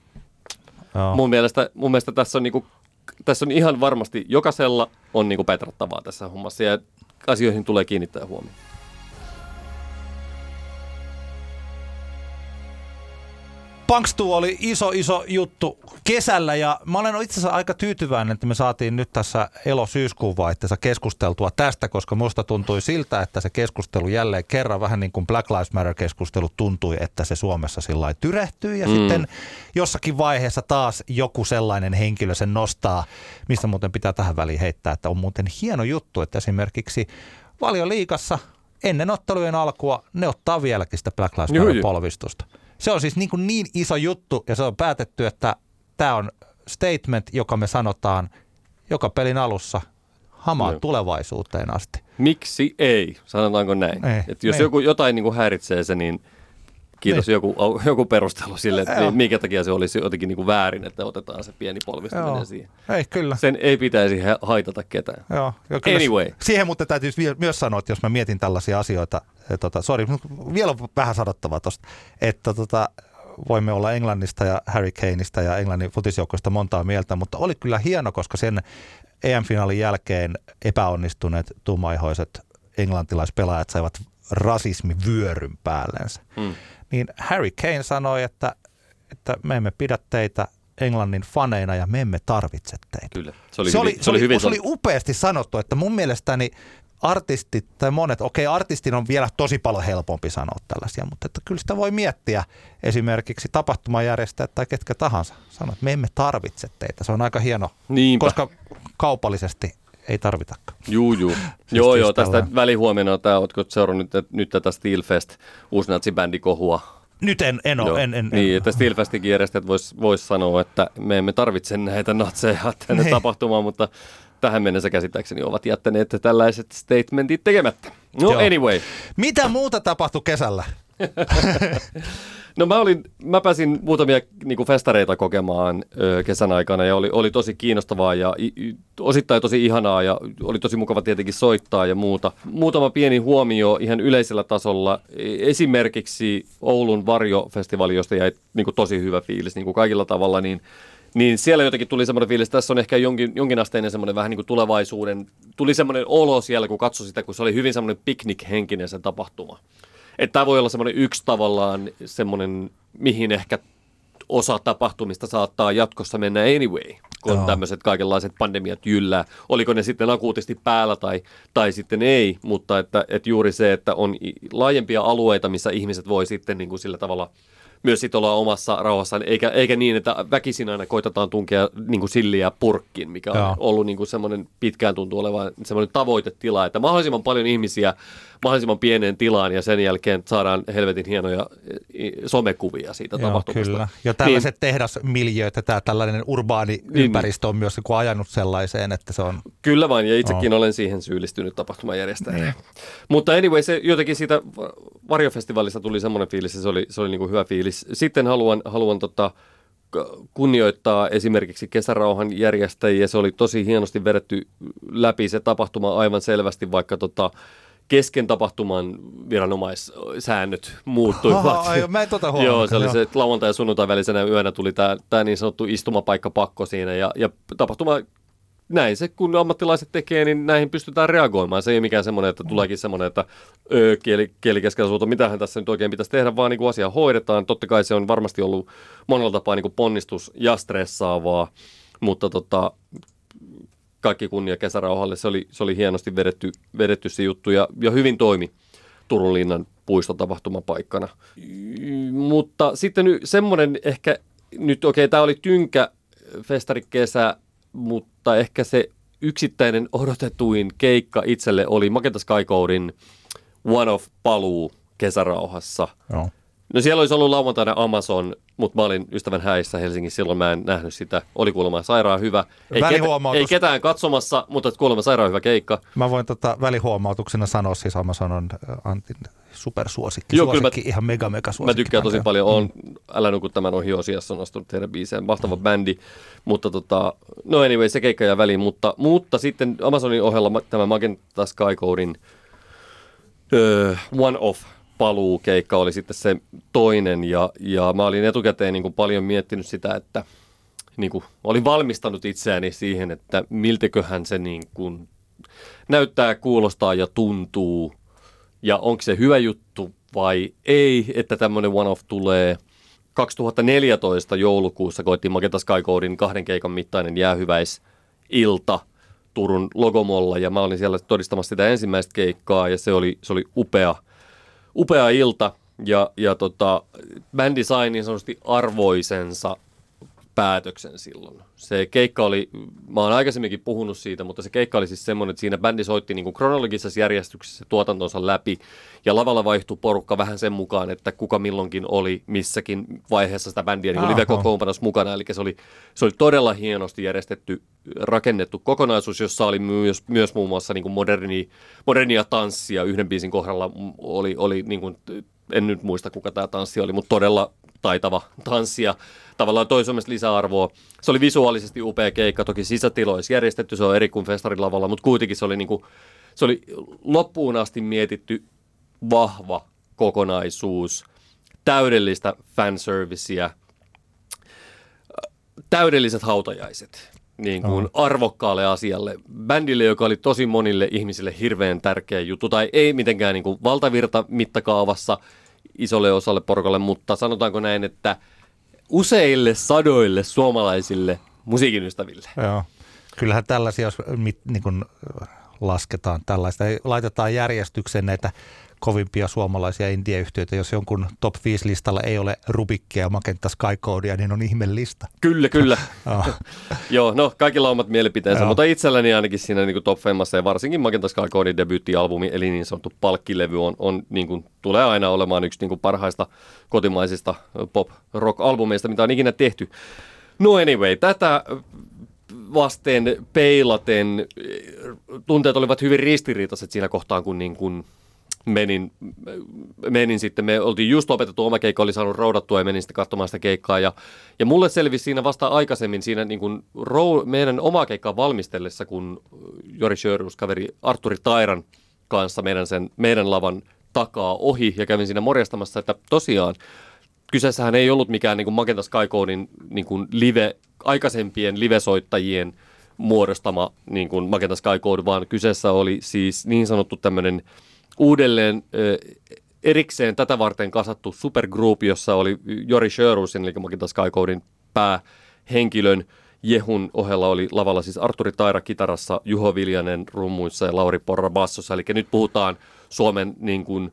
Oh. Mun mielestä, mun mielestä tässä on niin kuin Tässä on ihan varmasti jokaisella on niin kuin petrattavaa tässä hommassa ja asioihin tulee kiinnittää huomioon. Punkstu oli iso, iso juttu kesällä ja mä olen itse asiassa aika tyytyväinen, että me saatiin nyt tässä elo-syyskuun vaihteessa keskusteltua tästä, koska musta tuntui siltä, että se keskustelu jälleen kerran vähän niin kuin Black Lives Matter-keskustelu tuntui, että se Suomessa sillä lailla tyrehtyy ja mm. sitten jossakin vaiheessa taas joku sellainen henkilö sen nostaa, mistä muuten pitää tähän väliin heittää, että on muuten hieno juttu, että esimerkiksi Valioliigassa ennen ottelujen alkua ne ottaa vieläkin sitä Black Lives Matter-polvistusta. Se on siis niin, kuin niin iso juttu ja se on päätetty, että tämä on statement, joka me sanotaan joka pelin alussa hamaan no. tulevaisuuteen asti. Miksi ei? Sanotaanko näin? Ei, että jos ei. Joku, jotain niin kuin häiritsee se, niin kiitos joku, joku perustelu sille, että Joo. minkä takia se olisi jotenkin niin kuin väärin, että otetaan se pieni polvistuminen Joo. siihen. Ei, kyllä. Sen ei pitäisi haitata ketään. Joo, anyway. Siihen mutta täytyy myös sanoa, että jos mä mietin tällaisia asioita, tota, sori, vielä on vähän sanottavaa tuosta, että tota, voimme olla Englannista ja Harry Kaneista ja Englannin futisjoukkoista montaa mieltä, mutta oli kyllä hieno, koska sen E M-finaalin jälkeen epäonnistuneet tummaihoiset englantilaispelaajat saivat rasismivyöryn päällensä. Hmm. Niin Harry Kane sanoi, että, että me emme pidä teitä Englannin faneina ja me emme tarvitse teitä. Kyllä, se oli, se hyvin, oli, se oli, hyvin se oli upeasti sanottu, että mun mielestäni artistit tai monet, okei artistin on vielä tosi paljon helpompi sanoa tällaisia, mutta että kyllä sitä voi miettiä esimerkiksi tapahtumajärjestäjät tai ketkä tahansa. Sanoa, että me emme tarvitse teitä. Se on aika hieno, Niinpä. Koska kaupallisesti ei tarvitakaan. Juu, juu. joo, joo, tästä välihuomenna tämä, ootko seurannut nyt, nyt tätä Steelfest, uusnatsibändikohua? Nyt en, en ole. En, en, niin, en. että Steelfestikin järjestäjät vois, vois sanoa, että me emme tarvitse näitä natseja tänne niin. tapahtumaan, mutta tähän mennessä käsittääkseni ovat jättäneet tällaiset statementit tekemättä. No Joo. anyway. Mitä muuta tapahtui kesällä? No mä, olin, mä pääsin muutamia niin kuin festareita kokemaan ö, kesän aikana ja oli, oli tosi kiinnostavaa ja i, osittain tosi ihanaa ja oli tosi mukava tietenkin soittaa ja muuta. Muutama pieni huomio ihan yleisellä tasolla. Esimerkiksi Oulun Varjo-festivaali, josta jäi niin kuin tosi hyvä fiilis niin kuin kaikilla tavalla, niin Niin siellä jotenkin tuli semmoinen fiilis, että tässä on ehkä jonkin, jonkinasteinen semmoinen vähän niin kuin tulevaisuuden, tuli semmoinen olo siellä, kun katsoi sitä, kun se oli hyvin semmoinen piknik-henkinen se tapahtuma. Että tämä voi olla semmoinen yksi tavallaan semmoinen, mihin ehkä osa tapahtumista saattaa jatkossa mennä anyway, kun Joo. tämmöiset kaikenlaiset pandemiat jyllää. Oliko ne sitten akuutisti päällä tai, tai sitten ei, mutta että, että juuri se, että on laajempia alueita, missä ihmiset voi sitten niin kuin sillä tavalla myös sit olla omassa rauhassaan, eikä, eikä niin, että väkisin aina koitetaan tunkea niin kuin silliä purkkiin, mikä on Joo. ollut niin kuin semmoinen pitkään tuntuu olevan semmoinen tavoitetila, että mahdollisimman paljon ihmisiä mahdollisimman pieneen tilaan ja sen jälkeen saadaan helvetin hienoja somekuvia siitä Joo, tapahtumasta. Kyllä. Ja tällaiset niin, tehdasmiljööt ja tämä tällainen urbaani niin, ympäristö on myös niin ajanut sellaiseen, että se on... Kyllä vain, ja itsekin oh. olen siihen syyllistynyt tapahtumajärjestäjänä. Niin. Mutta anyway, se jotenkin siitä Varjo-festivaalista tuli semmoinen fiilis, ja se oli, se oli niin kuin hyvä fiilis. Sitten haluan, haluan tota, kunnioittaa esimerkiksi Kesärauhan järjestäjiä. Se oli tosi hienosti vedetty läpi se tapahtuma aivan selvästi, vaikka tota, kesken tapahtuman viranomaissäännöt muuttuivat. Aha, ai, mä en tota huomata. Joo, se oli se, että lauantai- ja sunnuntai välisenä yönä tuli tämä niin sanottu istumapaikkapakko siinä, ja, ja tapahtuma, näin se, kun ammattilaiset tekee, niin näihin pystytään reagoimaan. Se ei ole mikään semmoinen, että tuleekin semmoinen, että öö, kieli, kieli keskellä suuta, mitähän tässä nyt oikein pitäisi tehdä, vaan niin kuin asia hoidetaan. Totta kai se on varmasti ollut monella tapaa niin kuin ponnistus ja stressaavaa, mutta tota... kaikki kunnia Kesärauhalle. Se oli, se oli hienosti vedetty, vedetty se juttu ja, ja hyvin toimi Turun linnan puistotapahtumapaikkana. Mutta sitten semmoinen ehkä, nyt okei, okay, tämä oli tynkä festarikesä, mutta ehkä se yksittäinen odotetuin keikka itselle oli Magenta Sky Codin One Off paluu Kesärauhassa. Joo. No siellä olisi ollut lauantaina Amazon, mutta mä olin ystävän häissä Helsingissä, silloin mä en nähnyt sitä. Oli kuulemma sairaan hyvä. Ei, ketä, ei ketään katsomassa, mutta kuulemma sairaan hyvä keikka. Mä voin tota välihuomautuksena sanoa, siis Amazon on Antin supersuosikki. Joo, suosikki, mä, ihan mega mega suosikki. Mä tykkään tosi paljon. On, Älä nuku tämän ohi -osiassa on astunut heidän biiseen. Mahtava bändi. Mutta tota, no anyway, se keikka jää väliin. Mutta, mutta sitten Amazonin ohella tämä Magenta Sky Codin uh, One Off paluukeikka oli sitten se toinen, ja, ja mä olin etukäteen niin kuin paljon miettinyt sitä, että niin kuin, olin valmistanut itseäni siihen, että miltäköhän se niin kuin näyttää, kuulostaa ja tuntuu, ja onko se hyvä juttu vai ei, että tämmöinen one-off tulee. kaksituhattaneljätoista joulukuussa koettiin Magenta Sky Codin kahden keikan mittainen jäähyväisilta Turun Logomolla, ja mä olin siellä todistamassa sitä ensimmäistä keikkaa, ja se oli, se oli upea, upea ilta, ja, ja tota, bändi sai niin sanotusti arvoisensa päätöksen silloin. Se keikka oli, mä oon aikaisemminkin puhunut siitä, mutta se keikka oli siis semmoinen, että siinä bändi soitti niin kuin kronologisessa järjestyksessä tuotantonsa läpi, ja lavalla vaihtui porukka vähän sen mukaan, että kuka milloinkin oli missäkin vaiheessa sitä bändiä niin live-kokoonpanossa mukana, eli se oli, se oli todella hienosti järjestetty, rakennettu kokonaisuus, jossa oli myös, myös muun muassa niin kuin moderni, modernia tanssia. Yhden biisin kohdalla oli, oli niin kuin, en nyt muista kuka tämä tanssi oli, mutta todella taitava tanssia. Tavallaan toi Suomesta lisäarvoa. Se oli visuaalisesti upea keikka, toki sisätiloissa järjestetty, se on eri kuin festarilavalla, mutta kuitenkin se oli, niin kuin, se oli loppuun asti mietitty vahva kokonaisuus. täydellistä fanserviceä, täydelliset hautajaiset niin kuin oh. arvokkaalle asialle. Bändille, joka oli tosi monille ihmisille hirveän tärkeä juttu, tai ei mitenkään niin kuin valtavirta mittakaavassa isolle osalle porukalle, mutta sanotaanko näin, että useille sadoille suomalaisille musiikin ystäville. Joo. Kyllähän tällaisia, jos mit, niin kuin lasketaan tällaista, laitetaan järjestykseen näitä kovimpia suomalaisia indie-yhtiöitä, jos jonkun top viisi listalla ei ole Rubikkia ja Magenta Sky Codea, niin on ihmelista. Kyllä, kyllä. Joo, no kaikilla on omat mielipiteensä, Joo. mutta itselläni ainakin siinä niin kuin top femmassa ja varsinkin Magenta Sky Coden debyyttialbumi, eli niin sanottu palkkilevy, on, on niin kuin, tulee aina olemaan yksi niin kuin parhaista kotimaisista pop-rock-albumeista, mitä on ikinä tehty. No anyway, tätä vasten peilaten tunteet olivat hyvin ristiriitaiset siinä kohtaa, kun niin kuin menin, menin sitten, me oltiin just lopetettu, oma keikka oli saanut roudattua ja menin sitten katsomaan sitä keikkaa. Ja, ja mulle selvisi siinä vasta aikaisemmin siinä niin kuin rou, meidän omaa keikkaa valmistellessa, kun Jori Sjörus, kaveri Arturi Tairan kanssa meidän, sen, meidän lavan takaa ohi ja kävin siinä morjastamassa, että tosiaan kyseessähän ei ollut mikään niin kuin Magenta Sky Coden niin kuin live, aikaisempien livesoittajien muodostama niin kuin Magenta Sky Code, vaan kyseessä oli siis niin sanottu tämmöinen uudelleen erikseen tätä varten kasattu supergroup, jossa oli Jori Sjörusin, eli Magenta Sky Coden päähenkilön. Jehun ohella oli lavalla siis Arturi Taira kitarassa, Juho Viljanen rummuissa ja Lauri Porra bassossa. Eli nyt puhutaan Suomen niin kuin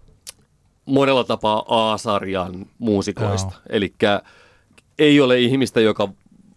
monella tapaa A-sarjan muusikoista. Eli ei ole ihmistä, joka,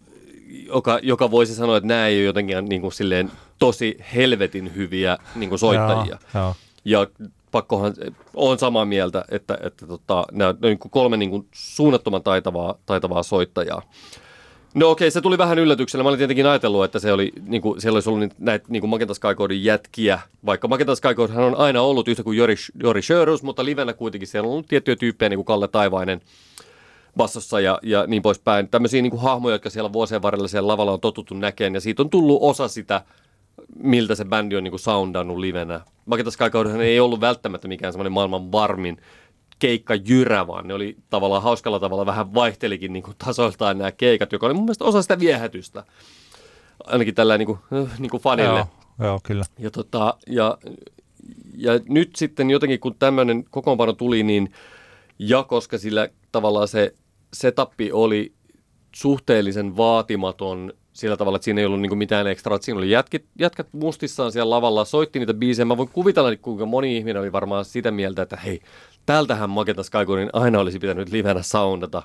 joka, joka voisi sanoa, että nämä ei ole jotenkin niin kuin silleen tosi helvetin hyviä niin kuin soittajia. Joo, joo. Ja pakkohan on samaa mieltä, että, että tota, nämä on niin kuin kolme niin kuin suunnattoman taitavaa, taitavaa soittajaa. No okei, se tuli vähän yllätyksellä. Mä olin tietenkin ajatellut, että se oli, niin kuin, siellä olisi ollut näitä niin kuin Magenta Sky Coden jätkiä, vaikka Magenta Sky Codehan on aina ollut yhtä kuin Jori, Jori Sjörus, mutta livenä kuitenkin siellä on ollut tiettyjä tyyppejä, niin kuin Kalle Taivainen bassossa ja, ja niin poispäin. Tämmöisiä niin kuin hahmoja, jotka siellä vuosien varrella siellä lavalla on totuttu näkeen, ja siitä on tullut osa sitä, miltä se bändi on niin kuin soundannut livenä. Magenta Sky Codehan ei ollut välttämättä mikään semmoinen maailman varmin keikkajyrä, vaan ne oli tavallaan hauskalla tavalla vähän vaihtelikin niin kuin tasoiltaan nämä keikat, joka oli mun mielestä osa sitä viehätystä. Ainakin tällä niin kuin, niin kuin fanille. Joo, joo, kyllä. Ja, tota, ja, ja nyt sitten jotenkin, kun tämmöinen kokoonpano tuli, niin ja koska sillä tavallaan se setappi oli suhteellisen vaatimaton sillä tavalla, että siinä ei ollut niin kuin mitään ekstraa. Siinä oli jätkät, jätkät mustissaan siellä lavalla, soitti niitä biisejä. Mä voin kuvitella, kuinka moni ihminen oli varmaan sitä mieltä, että hei, tältähän Magenta Sky Coden aina olisi pitänyt livenä soundata.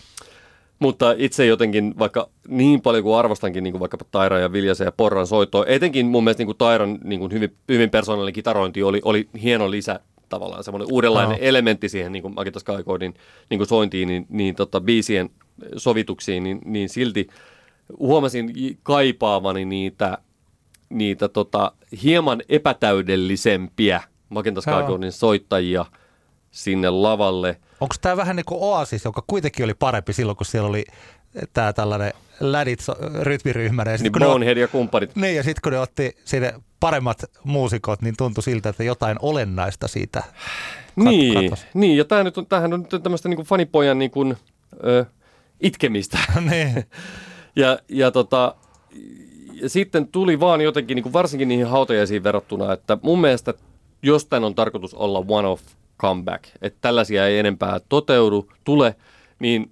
Mutta itse jotenkin, vaikka niin paljon kuin arvostankin niin kuin vaikkapa Tairan ja Viljasen ja Porran soittoa, etenkin mun mielestä niin kuin Tairan niin kuin hyvin, hyvin persoonallinen kitarointi oli, oli hieno lisä tavallaan, semmoinen uudenlainen no. elementti siihen niin kuin Magenta Sky Coden niin kuin sointiin, niin, niin tota, biisien sovituksiin, niin, niin silti huomasin kaipaavani niitä, niitä tota, hieman epätäydellisempiä Magenta Sky Coden soittajia sinne lavalle. Onko tämä vähän niin kuin Oasis, joka kuitenkin oli parempi silloin, kun siellä oli tämä tällainen lädit rytmiryhmänä. Ja niin Bonehead ja kumppanit. Niin, ja sitten kun ne otti sinne paremmat muusikot, niin tuntui siltä, että jotain olennaista siitä kat- niin, katosi. Niin, ja tämä nyt on, tämähän on nyt tämmöistä niin kuin fanipojan niin kuin, ö, itkemistä. niin. Ja, ja, tota, ja sitten tuli vaan jotenkin, niin kuin varsinkin niihin hautajaisiin verrattuna, että mun mielestä jos tämän on tarkoitus olla one-off comeback, että tällaisia ei enempää toteudu, tule, niin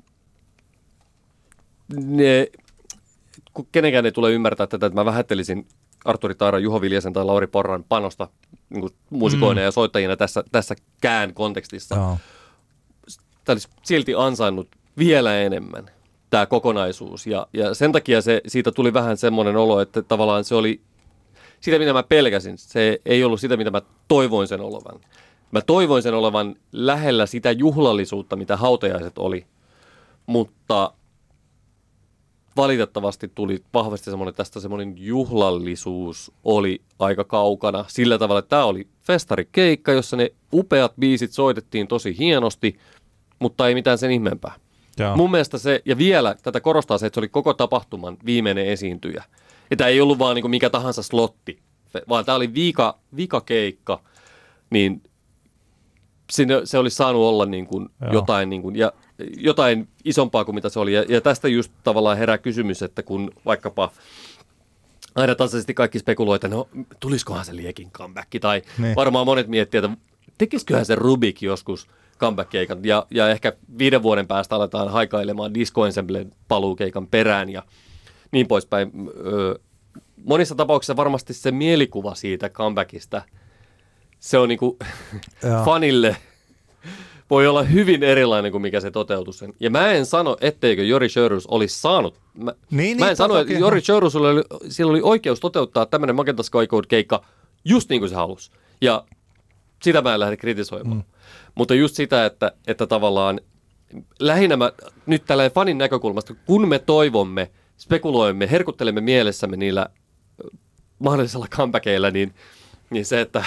ne, kenenkään ei tule ymmärtää tätä, että mä vähättelisin Arturi Tairan, Juho Viljasen tai Lauri Porran panosta niin kuin muusikoina mm. ja soittajina tässä, tässäkään kontekstissa. Oh. Tämä olisi silti ansainnut vielä enemmän. Tämä kokonaisuus. Ja, ja sen takia se, siitä tuli vähän semmoinen olo, että tavallaan se oli sitä, mitä mä pelkäsin. Se ei ollut sitä, mitä mä toivoin sen olevan. Mä toivoin sen olevan lähellä sitä juhlallisuutta, mitä hautajaiset oli. Mutta valitettavasti tuli vahvasti semmoinen, että tästä semmoinen juhlallisuus oli aika kaukana. Sillä tavalla, että tämä oli festarikeikka, jossa ne upeat biisit soitettiin tosi hienosti, mutta ei mitään sen ihmeempää. Joo. Mun mielestä se, ja vielä tätä korostaa se, että se oli koko tapahtuman viimeinen esiintyjä. Ja tämä ei ollut vaan niin kuin mikä tahansa slotti, vaan tämä oli viika, vika keikka, niin sinne, se olisi saanut olla niin kuin jotain, niin kuin, ja, jotain isompaa kuin mitä se oli. Ja, ja tästä just tavallaan herää kysymys, että kun vaikkapa aina tasaisesti kaikki spekuloivat, että no tulisikohan se Liekin comeback, tai niin. Varmaan monet miettii, että tekisiköhän se Rubik joskus comeback-keikan, ja, ja ehkä viiden vuoden päästä aletaan haikailemaan Disco Ensemblen paluukeikan perään, ja niin poispäin. Monissa tapauksissa varmasti se mielikuva siitä comebackista, se on niinku fanille, voi olla hyvin erilainen kuin mikä se toteutus on. Ja mä en sano, etteikö Jori Sjöruus olisi saanut. Mä, niin, mä en niin, sano, että Jori Sjöruusilla oli, sillä oli oikeus toteuttaa tämmöinen Magenta Sky Code-keikka just niin kuin se halusi. Ja sitä mä en lähde kritisoimaan. Mm. Mutta just sitä, että, että tavallaan lähinnä mä, nyt tällainen fanin näkökulmasta, kun me toivomme, spekuloimme, herkuttelemme mielessämme niillä mahdollisilla comebackeilla, niin, niin se, että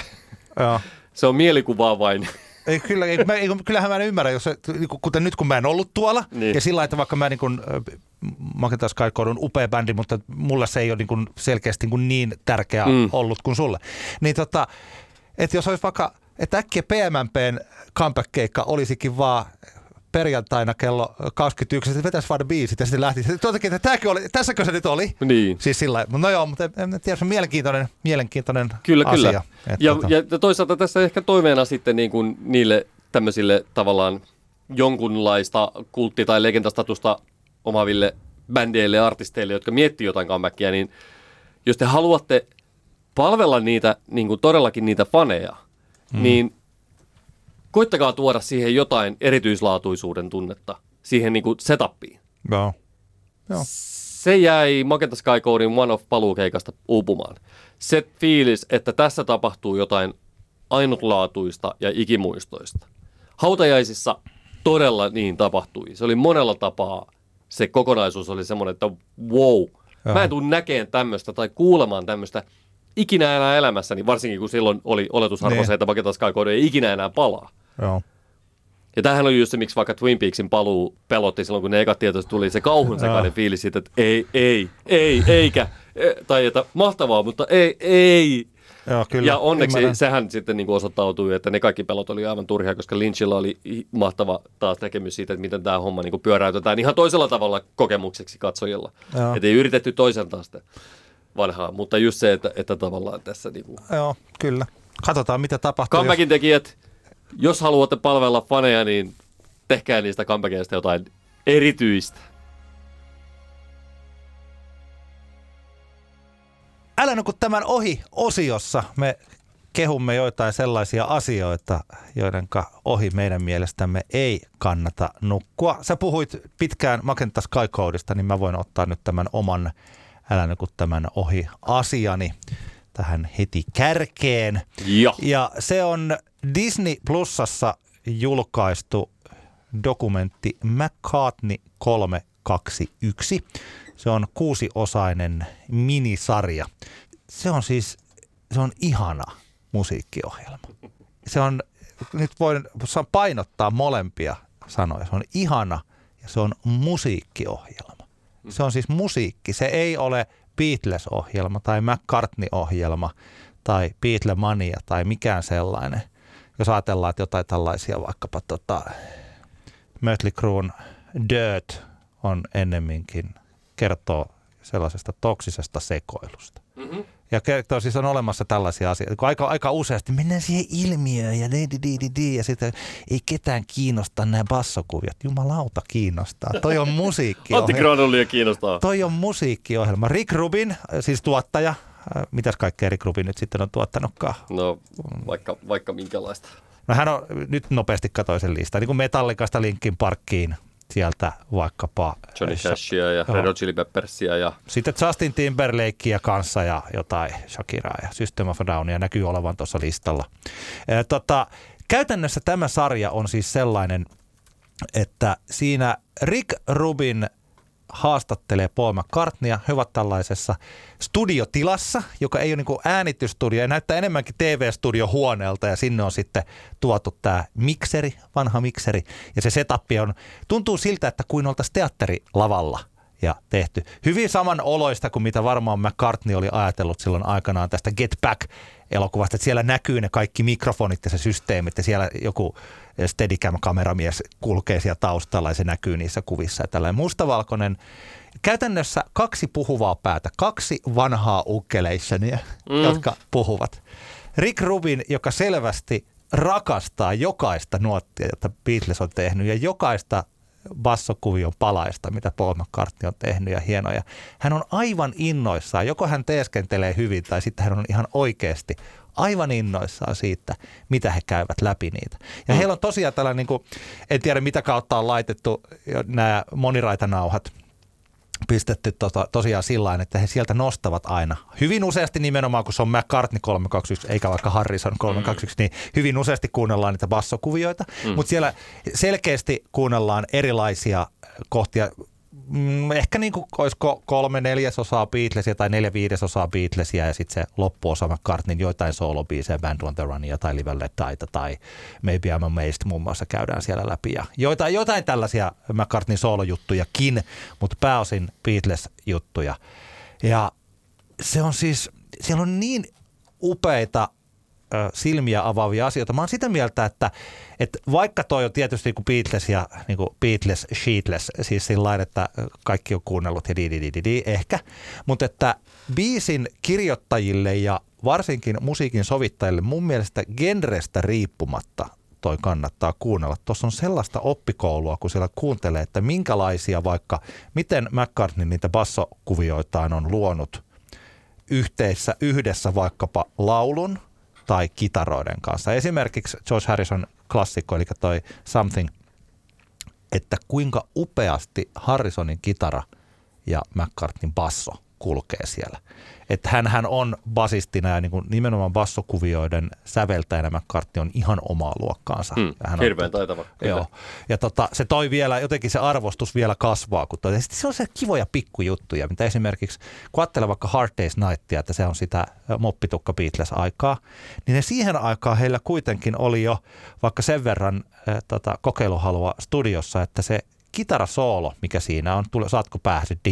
se on mielikuvaa vain. Ei, kyllä, ei, mä, ei, kyllähän mä en ymmärrä, jos, kuten nyt kun mä en ollut tuolla, niin. Ja sillä että vaikka mä niin kuin, Magenta Sky Code on upea bändi, mutta mulle se ei ole niin kuin selkeästi niin, kuin niin tärkeä mm. ollut kuin sulle. Niin tota, että jos olisi vaikka, että äkkiä P M M P:n comeback-keikka olisikin vaan perjantaina kello kaksikymmentäyksi, että vetäisi vaan ne biisit ja sitten lähti. Tuotakin, että tämäkö oli, tässäkö se nyt oli? Niin. Siis sillä no joo, mutta en tiedä, se on mielenkiintoinen, mielenkiintoinen kyllä, asia. Kyllä, ja, tota... ja toisaalta tässä ehkä toiveena sitten niin kuin niille tämmöisille tavallaan jonkunlaista kultti- tai legendastatusta omaaville bändeille ja artisteille, jotka miettii jotain comebackia, niin jos te haluatte palvella niitä, niin kuin todellakin niitä faneja, hmm. niin koittakaa tuoda siihen jotain erityislaatuisuuden tunnetta, siihen niin kuin setupiin. Joo. Joo. Se jäi Magenta Sky Codein One Off paluukeikasta uupumaan. Se fiilis, että tässä tapahtuu jotain ainutlaatuista ja ikimuistoista. Hautajaisissa todella niin tapahtui. Se oli monella tapaa, se kokonaisuus oli semmoinen, että wow, Joo. Mä en tule näkeen tämmöistä tai kuulemaan tämmöistä ikinä enää elämässäni, varsinkin kun silloin oli oletusarvo niin. Se, että Magenta Sky Code ei ikinä enää palaa. Joo. Ja tämähän oli just se, miksi vaikka Twin Peaksin paluu pelotti silloin, kun ne ekat tietoiset tuli, se kauhun sekainen fiilis siitä, että ei, ei, ei, eikä, e, tai että mahtavaa, mutta ei, ei. Joo, kyllä. Ja onneksi Ymmärrän. Sehän sitten niin kuin osoittautui, että ne kaikki pelot oli aivan turhia, koska Lynchilla oli mahtava taas näkemys siitä, että miten tämä homma niin kuin pyöräytetään ihan toisella tavalla kokemukseksi katsojilla. Että ei yritetty toiseltaan sitä vanhaa, mutta just se, että, että tavallaan tässä... Niin kuin... Joo, kyllä. Katsotaan, mitä tapahtuu. Comebackin jos... tekijät, jos haluatte palvella faneja, niin tehkää niistä comebackeista jotain erityistä. Älä nuku tämän ohi osiossa. Me kehumme joitain sellaisia asioita, joiden ohi meidän mielestämme ei kannata nukkua. Sä puhuit pitkään Magenta Sky Codesta, niin mä voin ottaa nyt tämän oman älä nuku tämän ohi asiani tähän heti kärkeen. Ja, ja se on Disney Plusassa julkaistu dokumentti McCartney kolme kaksi yksi. Se on kuusiosainen minisarja. Se on siis, se on ihana musiikkiohjelma. Se on, nyt voin painottaa molempia sanoja. Se on ihana ja se on musiikkiohjelma. Se on siis musiikki. Se ei ole Beatles-ohjelma tai McCartney-ohjelma tai Beatlemania tai mikään sellainen. Jos ajatellaan, että jotain tällaisia vaikkapa tota, Mötley Cruen Dirt on ennemminkin kertoo sellaisesta toksisesta sekoilusta. Mm-hmm. Ja kertoo, siis on olemassa tällaisia asioita, kun aika, aika useasti mennään siihen ilmiöön ja di, di, di, di, ja sitten ei ketään kiinnosta nämä bassokuviot. Jumalauta kiinnostaa. Toi on musiikkiohjelma. Antti Granullia kiinnostaa. Toi on musiikkiohjelma. Rick Rubin, siis tuottaja. Mitäs kaikkea Rick Rubin nyt sitten on tuottanutkaan? No vaikka, vaikka minkälaista. No hän on nyt nopeasti katsoin sen listan. Niin kuin Metallicasta Linkin Parkkiin. Sieltä vaikkapa Johnny Cashia ja Red Hot Chili Peppersia. Ja... Sitten Justin Timberlakea kanssa ja jotain Shakiraa ja System of a Downia näkyy olevan tuossa listalla. E, tota, käytännössä tämä sarja on siis sellainen, että siinä Rick Rubin haastattelee Paul McCartneya. He ovat tällaisessa studiotilassa, joka ei ole niin kuin äänitysstudio ja näyttää enemmänkin T V-studiohuoneelta ja sinne on sitten tuotu tämä mikseri, vanha mikseri ja se setup on, tuntuu siltä, että kuin oltaisiin teatterilavalla ja tehty. Hyvin samanoloista kuin mitä varmaan McCartney oli ajatellut silloin aikanaan tästä Get Back-elokuvasta, että siellä näkyy ne kaikki mikrofonit ja se systeemit ja siellä joku Steadicam-kameramies kulkee siellä taustalla ja se näkyy niissä kuvissa. Ja tällainen mustavalkoinen, käytännössä kaksi puhuvaa päätä, kaksi vanhaa ukkeleissionia, mm. jotka puhuvat. Rick Rubin, joka selvästi rakastaa jokaista nuottia, jota Beatles on tehnyt ja jokaista bassokuvion palaista, mitä Paul McCartney on tehnyt ja hienoja. Hän on aivan innoissaan, joko hän teeskentelee hyvin tai sitten hän on ihan oikeasti aivan innoissaan siitä, mitä he käyvät läpi niitä. Ja mm. heillä on tosiaan tällainen, niin kuin, en tiedä mitä kautta on laitettu nämä moniraitanauhat, pistetty tota, tosiaan sillain, että he sieltä nostavat aina. Hyvin useasti nimenomaan, kun se on McCartney kolme kaksi yksi, eikä vaikka Harrison kolme kaksi yksi, mm. niin hyvin useasti kuunnellaan niitä bassokuvioita, mm. mutta siellä selkeästi kuunnellaan erilaisia kohtia. Mm, ehkä niin kuin olisiko kolme neljäsosaa Beatlesia tai neljä viidesosaa Beatlesia ja sitten se loppuosa McCartneyn joitain solobiisejä, Band on the Runia tai Live and Let Die tai Maybe I'm Amazed muun muassa käydään siellä läpi. Ja joitain, jotain tällaisia McCartneyn solojuttujakin, mutta pääosin Beatles-juttuja. Ja se on siis, siellä on niin upeita silmiä avaavia asioita. Mä oon sitä mieltä, että, että vaikka toi on tietysti niin kuin Beatles ja niin kuin Beatles, sheetless, siis sillain, että kaikki on kuunnellut ja di, di, di, di, di, ehkä, mutta että biisin kirjoittajille ja varsinkin musiikin sovittajille mun mielestä genrestä riippumatta toi kannattaa kuunnella. Tuossa on sellaista oppikoulua, kun siellä kuuntelee, että minkälaisia vaikka, miten McCartney niitä bassokuvioitaan on luonut yhteessä, yhdessä vaikkapa laulun tai kitaroiden kanssa. Esimerkiksi George Harrison klassikko, eli toi Something, että kuinka upeasti Harrisonin kitara ja McCartneyn basso kulkee siellä. Että hänhän on basistina ja niin kuin nimenomaan bassokuvioiden säveltäjänä McCartney on ihan omaa luokkaansa. Hmm, hirveän taitava. Joo. Ja tota, se toi vielä, jotenkin se arvostus vielä kasvaa. Kun toi, se on se kivoja pikkujuttuja, mitä esimerkiksi, kun ajattelee vaikka Hard Day's Nightia, että se on sitä moppitukka Beatles-aikaa, niin ne siihen aikaan heillä kuitenkin oli jo vaikka sen verran äh, tota, kokeiluhalua studiossa, että se kitarasoolo, mikä siinä on, tule, saatko päähän se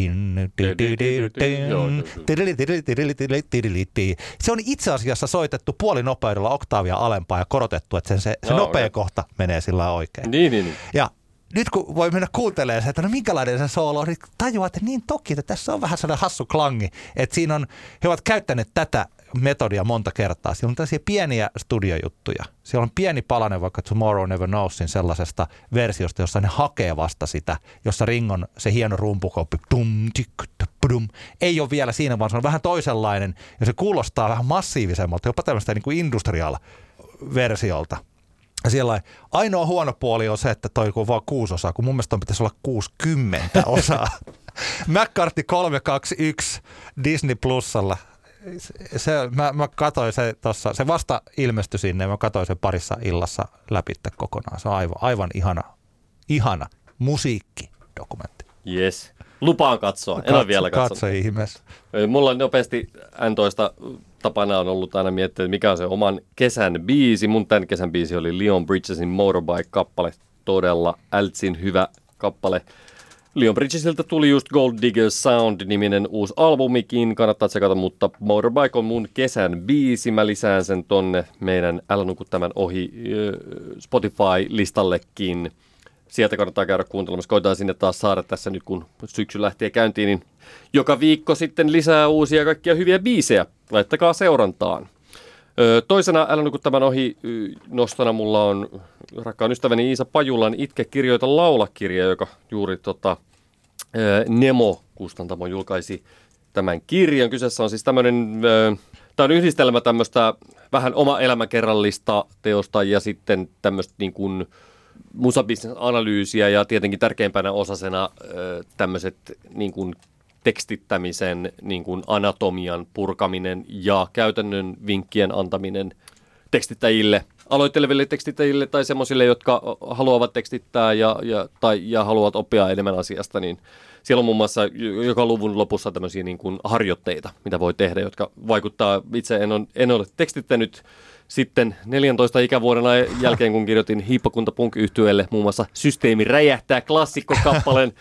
se on itse asiassa soitettu puolinopeudella oktaavia alempaa ja korotettu, että sen, se, se no, nopea okay. kohta menee sillä oikein. Niin, niin, niin. Ja nyt kun voi mennä kuuntelemaan se, että no minkälainen se soolo on, niin tajuaa, että niin toki, että tässä on vähän sellainen hassu klangi, että siinä on, he ovat käyttäneet tätä metodia monta kertaa. Siellä on tällaisia pieniä studiojuttuja. Siellä on pieni palanen vaikka Tomorrow Never Knowsin sellaisesta versiosta, jossa ne hakee vasta sitä, jossa Ringon se hieno rumpukoppi dum, tik, dum, ei ole vielä siinä, vaan se on vähän toisenlainen ja se kuulostaa vähän massiivisemmalta, jopa tämmöistä niin kuin industrial-versiolta. Ja siellä ainoa huono puoli on se, että toi on vaan kuusi osaa, kun mun mielestä on pitäisi olla kuusikymmentä osaa. McCartney kolme kaksi yksi Disney Plusalla. Se, mä, mä katsoin se tossa, se vasta ilmestyi sinne ja mä katsoin sen parissa illassa läpi kokonaan. Se on aivan, aivan ihana, ihana musiikkidokumentti. Yes. Lupaan katsoa. En Katso, ole vielä katsonut. Katso ihmeessä. Mulla nopeasti N toista tapana on ollut aina miettiä, että mikä on se oman kesän biisi. Mun tämän kesän biisi oli Leon Bridgesin Motorbike-kappale. Todella ältsin hyvä kappale. Leon Bridgesiltä tuli just Gold Digger Sound-niminen uusi albumikin, kannattaa tsekata, mutta Motorbike on mun kesän biisi. Mä lisään sen tonne meidän Älä nuku tämän ohi Spotify-listallekin. Sieltä kannattaa käydä kuuntelemassa. Koitaan sinne taas saada tässä nyt, kun syksy lähtee käyntiin, niin joka viikko sitten lisää uusia kaikkia hyviä biisejä. Laittakaa seurantaan. Toisena Älä nuku tämän ohi nostona mulla on rakkaan ystäväni Iisa Pajulan Itke kirjoita laula-kirja, joka juuri tota, Nemo-kustantamo julkaisi tämän kirjan. Kyseessä on siis tämmöinen, tämä on yhdistelmä tämmöistä vähän oma elämäkerrallista teosta ja sitten tämmöistä niin kuin musabisnes-analyysiä ja tietenkin tärkeimpänä osasena tämmöiset niin kuin tekstittämisen, niin kuin anatomian purkaminen ja käytännön vinkkien antaminen tekstittäjille, aloitteleville tekstittäjille tai semmoisille, jotka haluavat tekstittää ja, ja, tai, ja haluavat oppia enemmän asiasta, niin siellä on muun muassa joka luvun lopussa tämmöisiä niin kuin harjoitteita, mitä voi tehdä, jotka vaikuttaa, itse en, on, en ole tekstittänyt sitten neljäntoista ikävuoden jälkeen, kun kirjoitin Hiippakunta Punk-yhtyeelle muun muassa Systeemi räjähtää -klassikkokappaleen.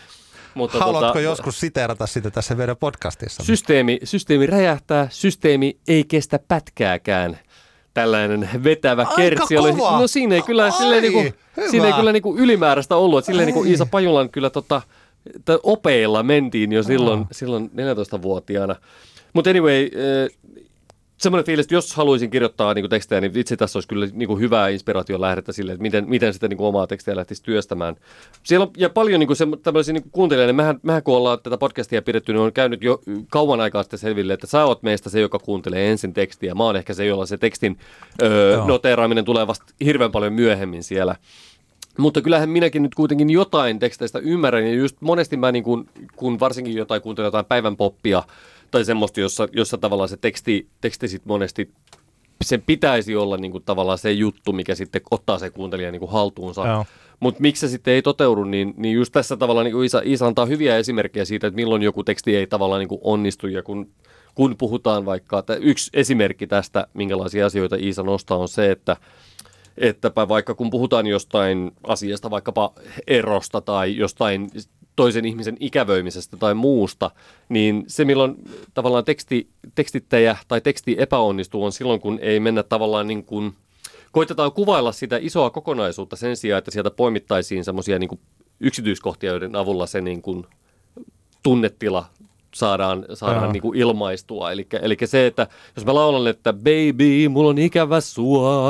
Mutta haluatko tota, joskus siteerata sitä tässä meidän podcastissa? Systeemi, systeemi räjähtää, systeemi ei kestä pätkääkään. Tällainen vetävä Aika kertsi oli. kova. No siinä ei kyllä, Ai, silleen niinku, siinä ei kyllä niinku ylimääräistä ollut. Silleen niinku Iisa Pajulan kyllä tota, opeilla mentiin jo silloin, oh. silloin neljätoistavuotiaana. Mutta anyway, äh, semmoinen fiilis, että jos haluaisin kirjoittaa niinku tekstejä, niin itse tässä olisi kyllä niinku hyvää inspiraation lähdettä sille, että miten, miten sitä niinku omaa tekstiä lähtisi työstämään. Siellä on, ja paljon niinku se, tämmöisiä niinku kuuntelijoita, niin mehän, mehän kun ollaan tätä podcastia pidetty, niin on käynyt jo kauan aikaa sitten selville, että sä oot meistä se, joka kuuntelee ensin tekstiä. Mä oon ehkä se, jolla se tekstin öö, noteeraaminen tulee vasta hirveän paljon myöhemmin siellä. Mutta kyllähän minäkin nyt kuitenkin jotain teksteistä ymmärrän, ja just monesti mä, niin kun, kun varsinkin jotain kuuntelen jotain päivän poppia, tai semmoista, jossa, jossa tavallaan se teksti, teksti sit monesti, sen pitäisi olla niin kuin tavallaan se juttu, mikä sitten ottaa se kuuntelija niin kuin haltuunsa. Mutta miksi se sitten ei toteudu, niin, niin just tässä tavallaan niin kuin Iisa, Iisa antaa hyviä esimerkkejä siitä, että milloin joku teksti ei tavallaan niin kuin onnistu, ja kun, kun puhutaan vaikka, että yksi esimerkki tästä, minkälaisia asioita Iisa nostaa, on se, että Ettäpä vaikka kun puhutaan jostain asiasta, vaikkapa erosta tai jostain toisen ihmisen ikävöimisestä tai muusta, niin se milloin tavallaan teksti, tekstittäjä tai teksti epäonnistuu on silloin, kun ei mennä tavallaan niin kuin, koitetaan kuvailla sitä isoa kokonaisuutta sen sijaan, että sieltä poimittaisiin semmoisia niin kuin yksityiskohtia, joiden avulla se niin kuin tunnetila saadaan, saadaan niin kuin ilmaistua. Eli, eli se, että jos mä laulan, että baby, mulla on ikävä sua,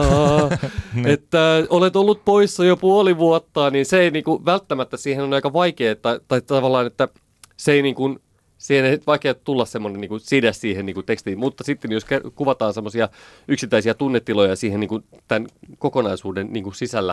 että olet ollut poissa jo puoli vuotta, niin se ei niin kuin, välttämättä siihen on aika vaikea, tai, tai tavallaan, että se ei niin kuin, siihen ei vaikea tulla semmoinen niin kuin side siihen niin kuin tekstiin, mutta sitten jos kuvataan semmoisia yksittäisiä tunnetiloja siihen niin kuin tämän kokonaisuuden niin kuin sisällä,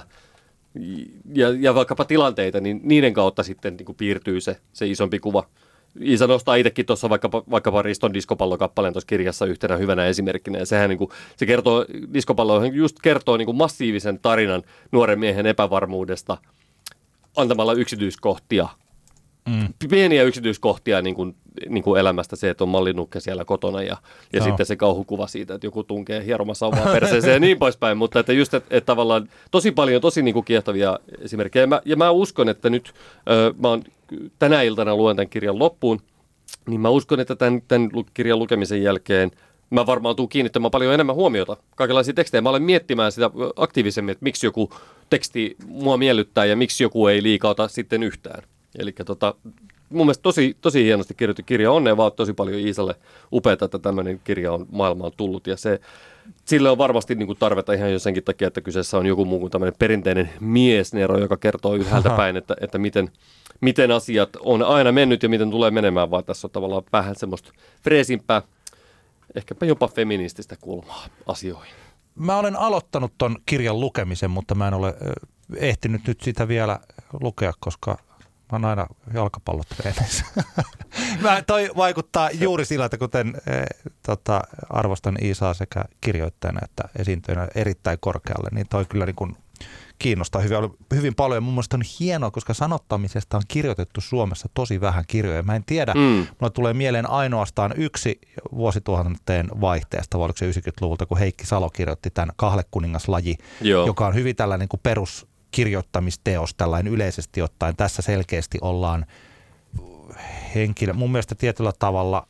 ja, ja vaikkapa tilanteita, niin niiden kautta sitten niin kuin piirtyy se, se isompi kuva. Iisa nostaa itsekin tuossa vaikkapa, vaikkapa Riston diskopallokappaleen tuossa kirjassa yhtenä hyvänä esimerkkinä. Ja sehän niin kuin, se kertoo, diskopallo just kertoo niin kuin massiivisen tarinan nuoren miehen epävarmuudesta antamalla yksityiskohtia. Mm. Pieniä yksityiskohtia niin kuin, niin kuin elämästä, se, että on mallinukke siellä kotona ja, ja no. sitten se kauhukuva siitä, että joku tunkee hieromassa omaa perseeseen ja niin poispäin. Mutta että just, että, että tavallaan tosi paljon tosi niin kuin kiehtovia esimerkkejä. Ja mä, ja mä uskon, että nyt ö, mä oon tänä iltana luen tämän kirjan loppuun, niin mä uskon, että tämän, tämän kirjan lukemisen jälkeen mä varmaan tuun kiinnittämään paljon enemmän huomiota kaikenlaisia tekstejä. Mä olen miettimään sitä aktiivisemmin, että miksi joku teksti mua miellyttää ja miksi joku ei liikauta sitten yhtään. Eli tota, mun mielestä tosi, tosi hienosti kirjoitettu kirja. Onnea vaan tosi paljon Iisalle. Upeata, että tämmöinen kirja on maailmaan tullut. Ja se, sille on varmasti niin kuin tarvetta ihan jo senkin takia, että kyseessä on joku muu kuin tämmöinen perinteinen miesnero, joka kertoo ylhäältä päin, että, että miten, miten asiat on aina mennyt ja miten tulee menemään. Vaan tässä on tavallaan vähän semmoista freesimpää, ehkäpä jopa feminististä kulmaa asioihin. Mä olen aloittanut ton kirjan lukemisen, mutta mä en ole ehtinyt nyt sitä vielä lukea, koska mä oon aina jalkapallotreenissä. Mä toi vaikuttaa juuri sillä, että kuten eh, tota, arvostan Iisaa sekä kirjoittajana että esiintyjänä erittäin korkealle, niin toi kyllä niin kuin kiinnostaa hyvin, hyvin paljon. Mun mielestä on hienoa, koska sanottamisesta on kirjoitettu Suomessa tosi vähän kirjoja. Mä en tiedä, mm. mulle tulee mieleen ainoastaan yksi vuosituhanteen vaihteesta, vai oliko se yhdeksänkymmentäluvulta, kun Heikki Salo kirjoitti tämän Kahlekuningaslaji, Joo. joka on hyvin tällainen niin kuin perus kirjoittamisteos tällainen yleisesti ottaen. Tässä selkeästi ollaan henkilö, mun mielestä tietyllä tavalla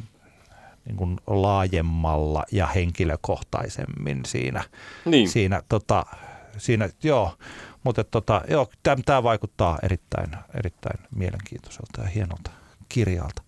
niin kuin laajemmalla ja henkilökohtaisemmin siinä. Niin. Siinä, tota, siinä joo, mutta tota, joo, tämä vaikuttaa erittäin, erittäin mielenkiintoiselta ja hienolta kirjalta.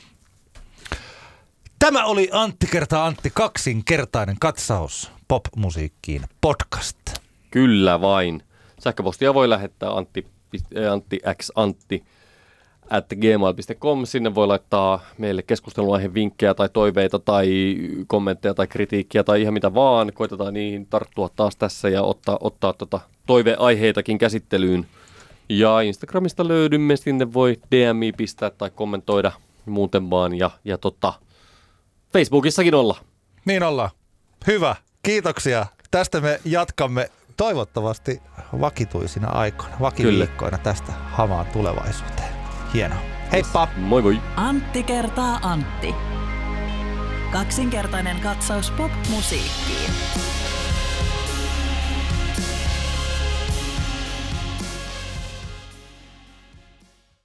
Tämä oli Antti kertaa Antti, kaksinkertainen katsaus popmusiikkiin podcast. Kyllä vain. Sähköpostia voi lähettää antti, antti x antti at gmail piste com. Sinne voi laittaa meille keskustelunaiheen vinkkejä tai toiveita tai kommentteja tai kritiikkiä tai ihan mitä vaan. Koitetaan niihin tarttua taas tässä ja ottaa, ottaa tota toiveaiheitakin käsittelyyn. Ja Instagramista löydymme, sinne voi D M I pistää tai kommentoida muuten vaan. Ja, ja tota, Facebookissakin olla. Niin ollaan. Hyvä. Kiitoksia. Tästä me jatkamme toivottavasti vakituisina aikoina, vakiviikkoina tästä hamaan tulevaisuuteen. Hienoa. Heippa! Moi moi! Antti kertaa Antti. Kaksinkertainen katsaus pop-musiikkiin.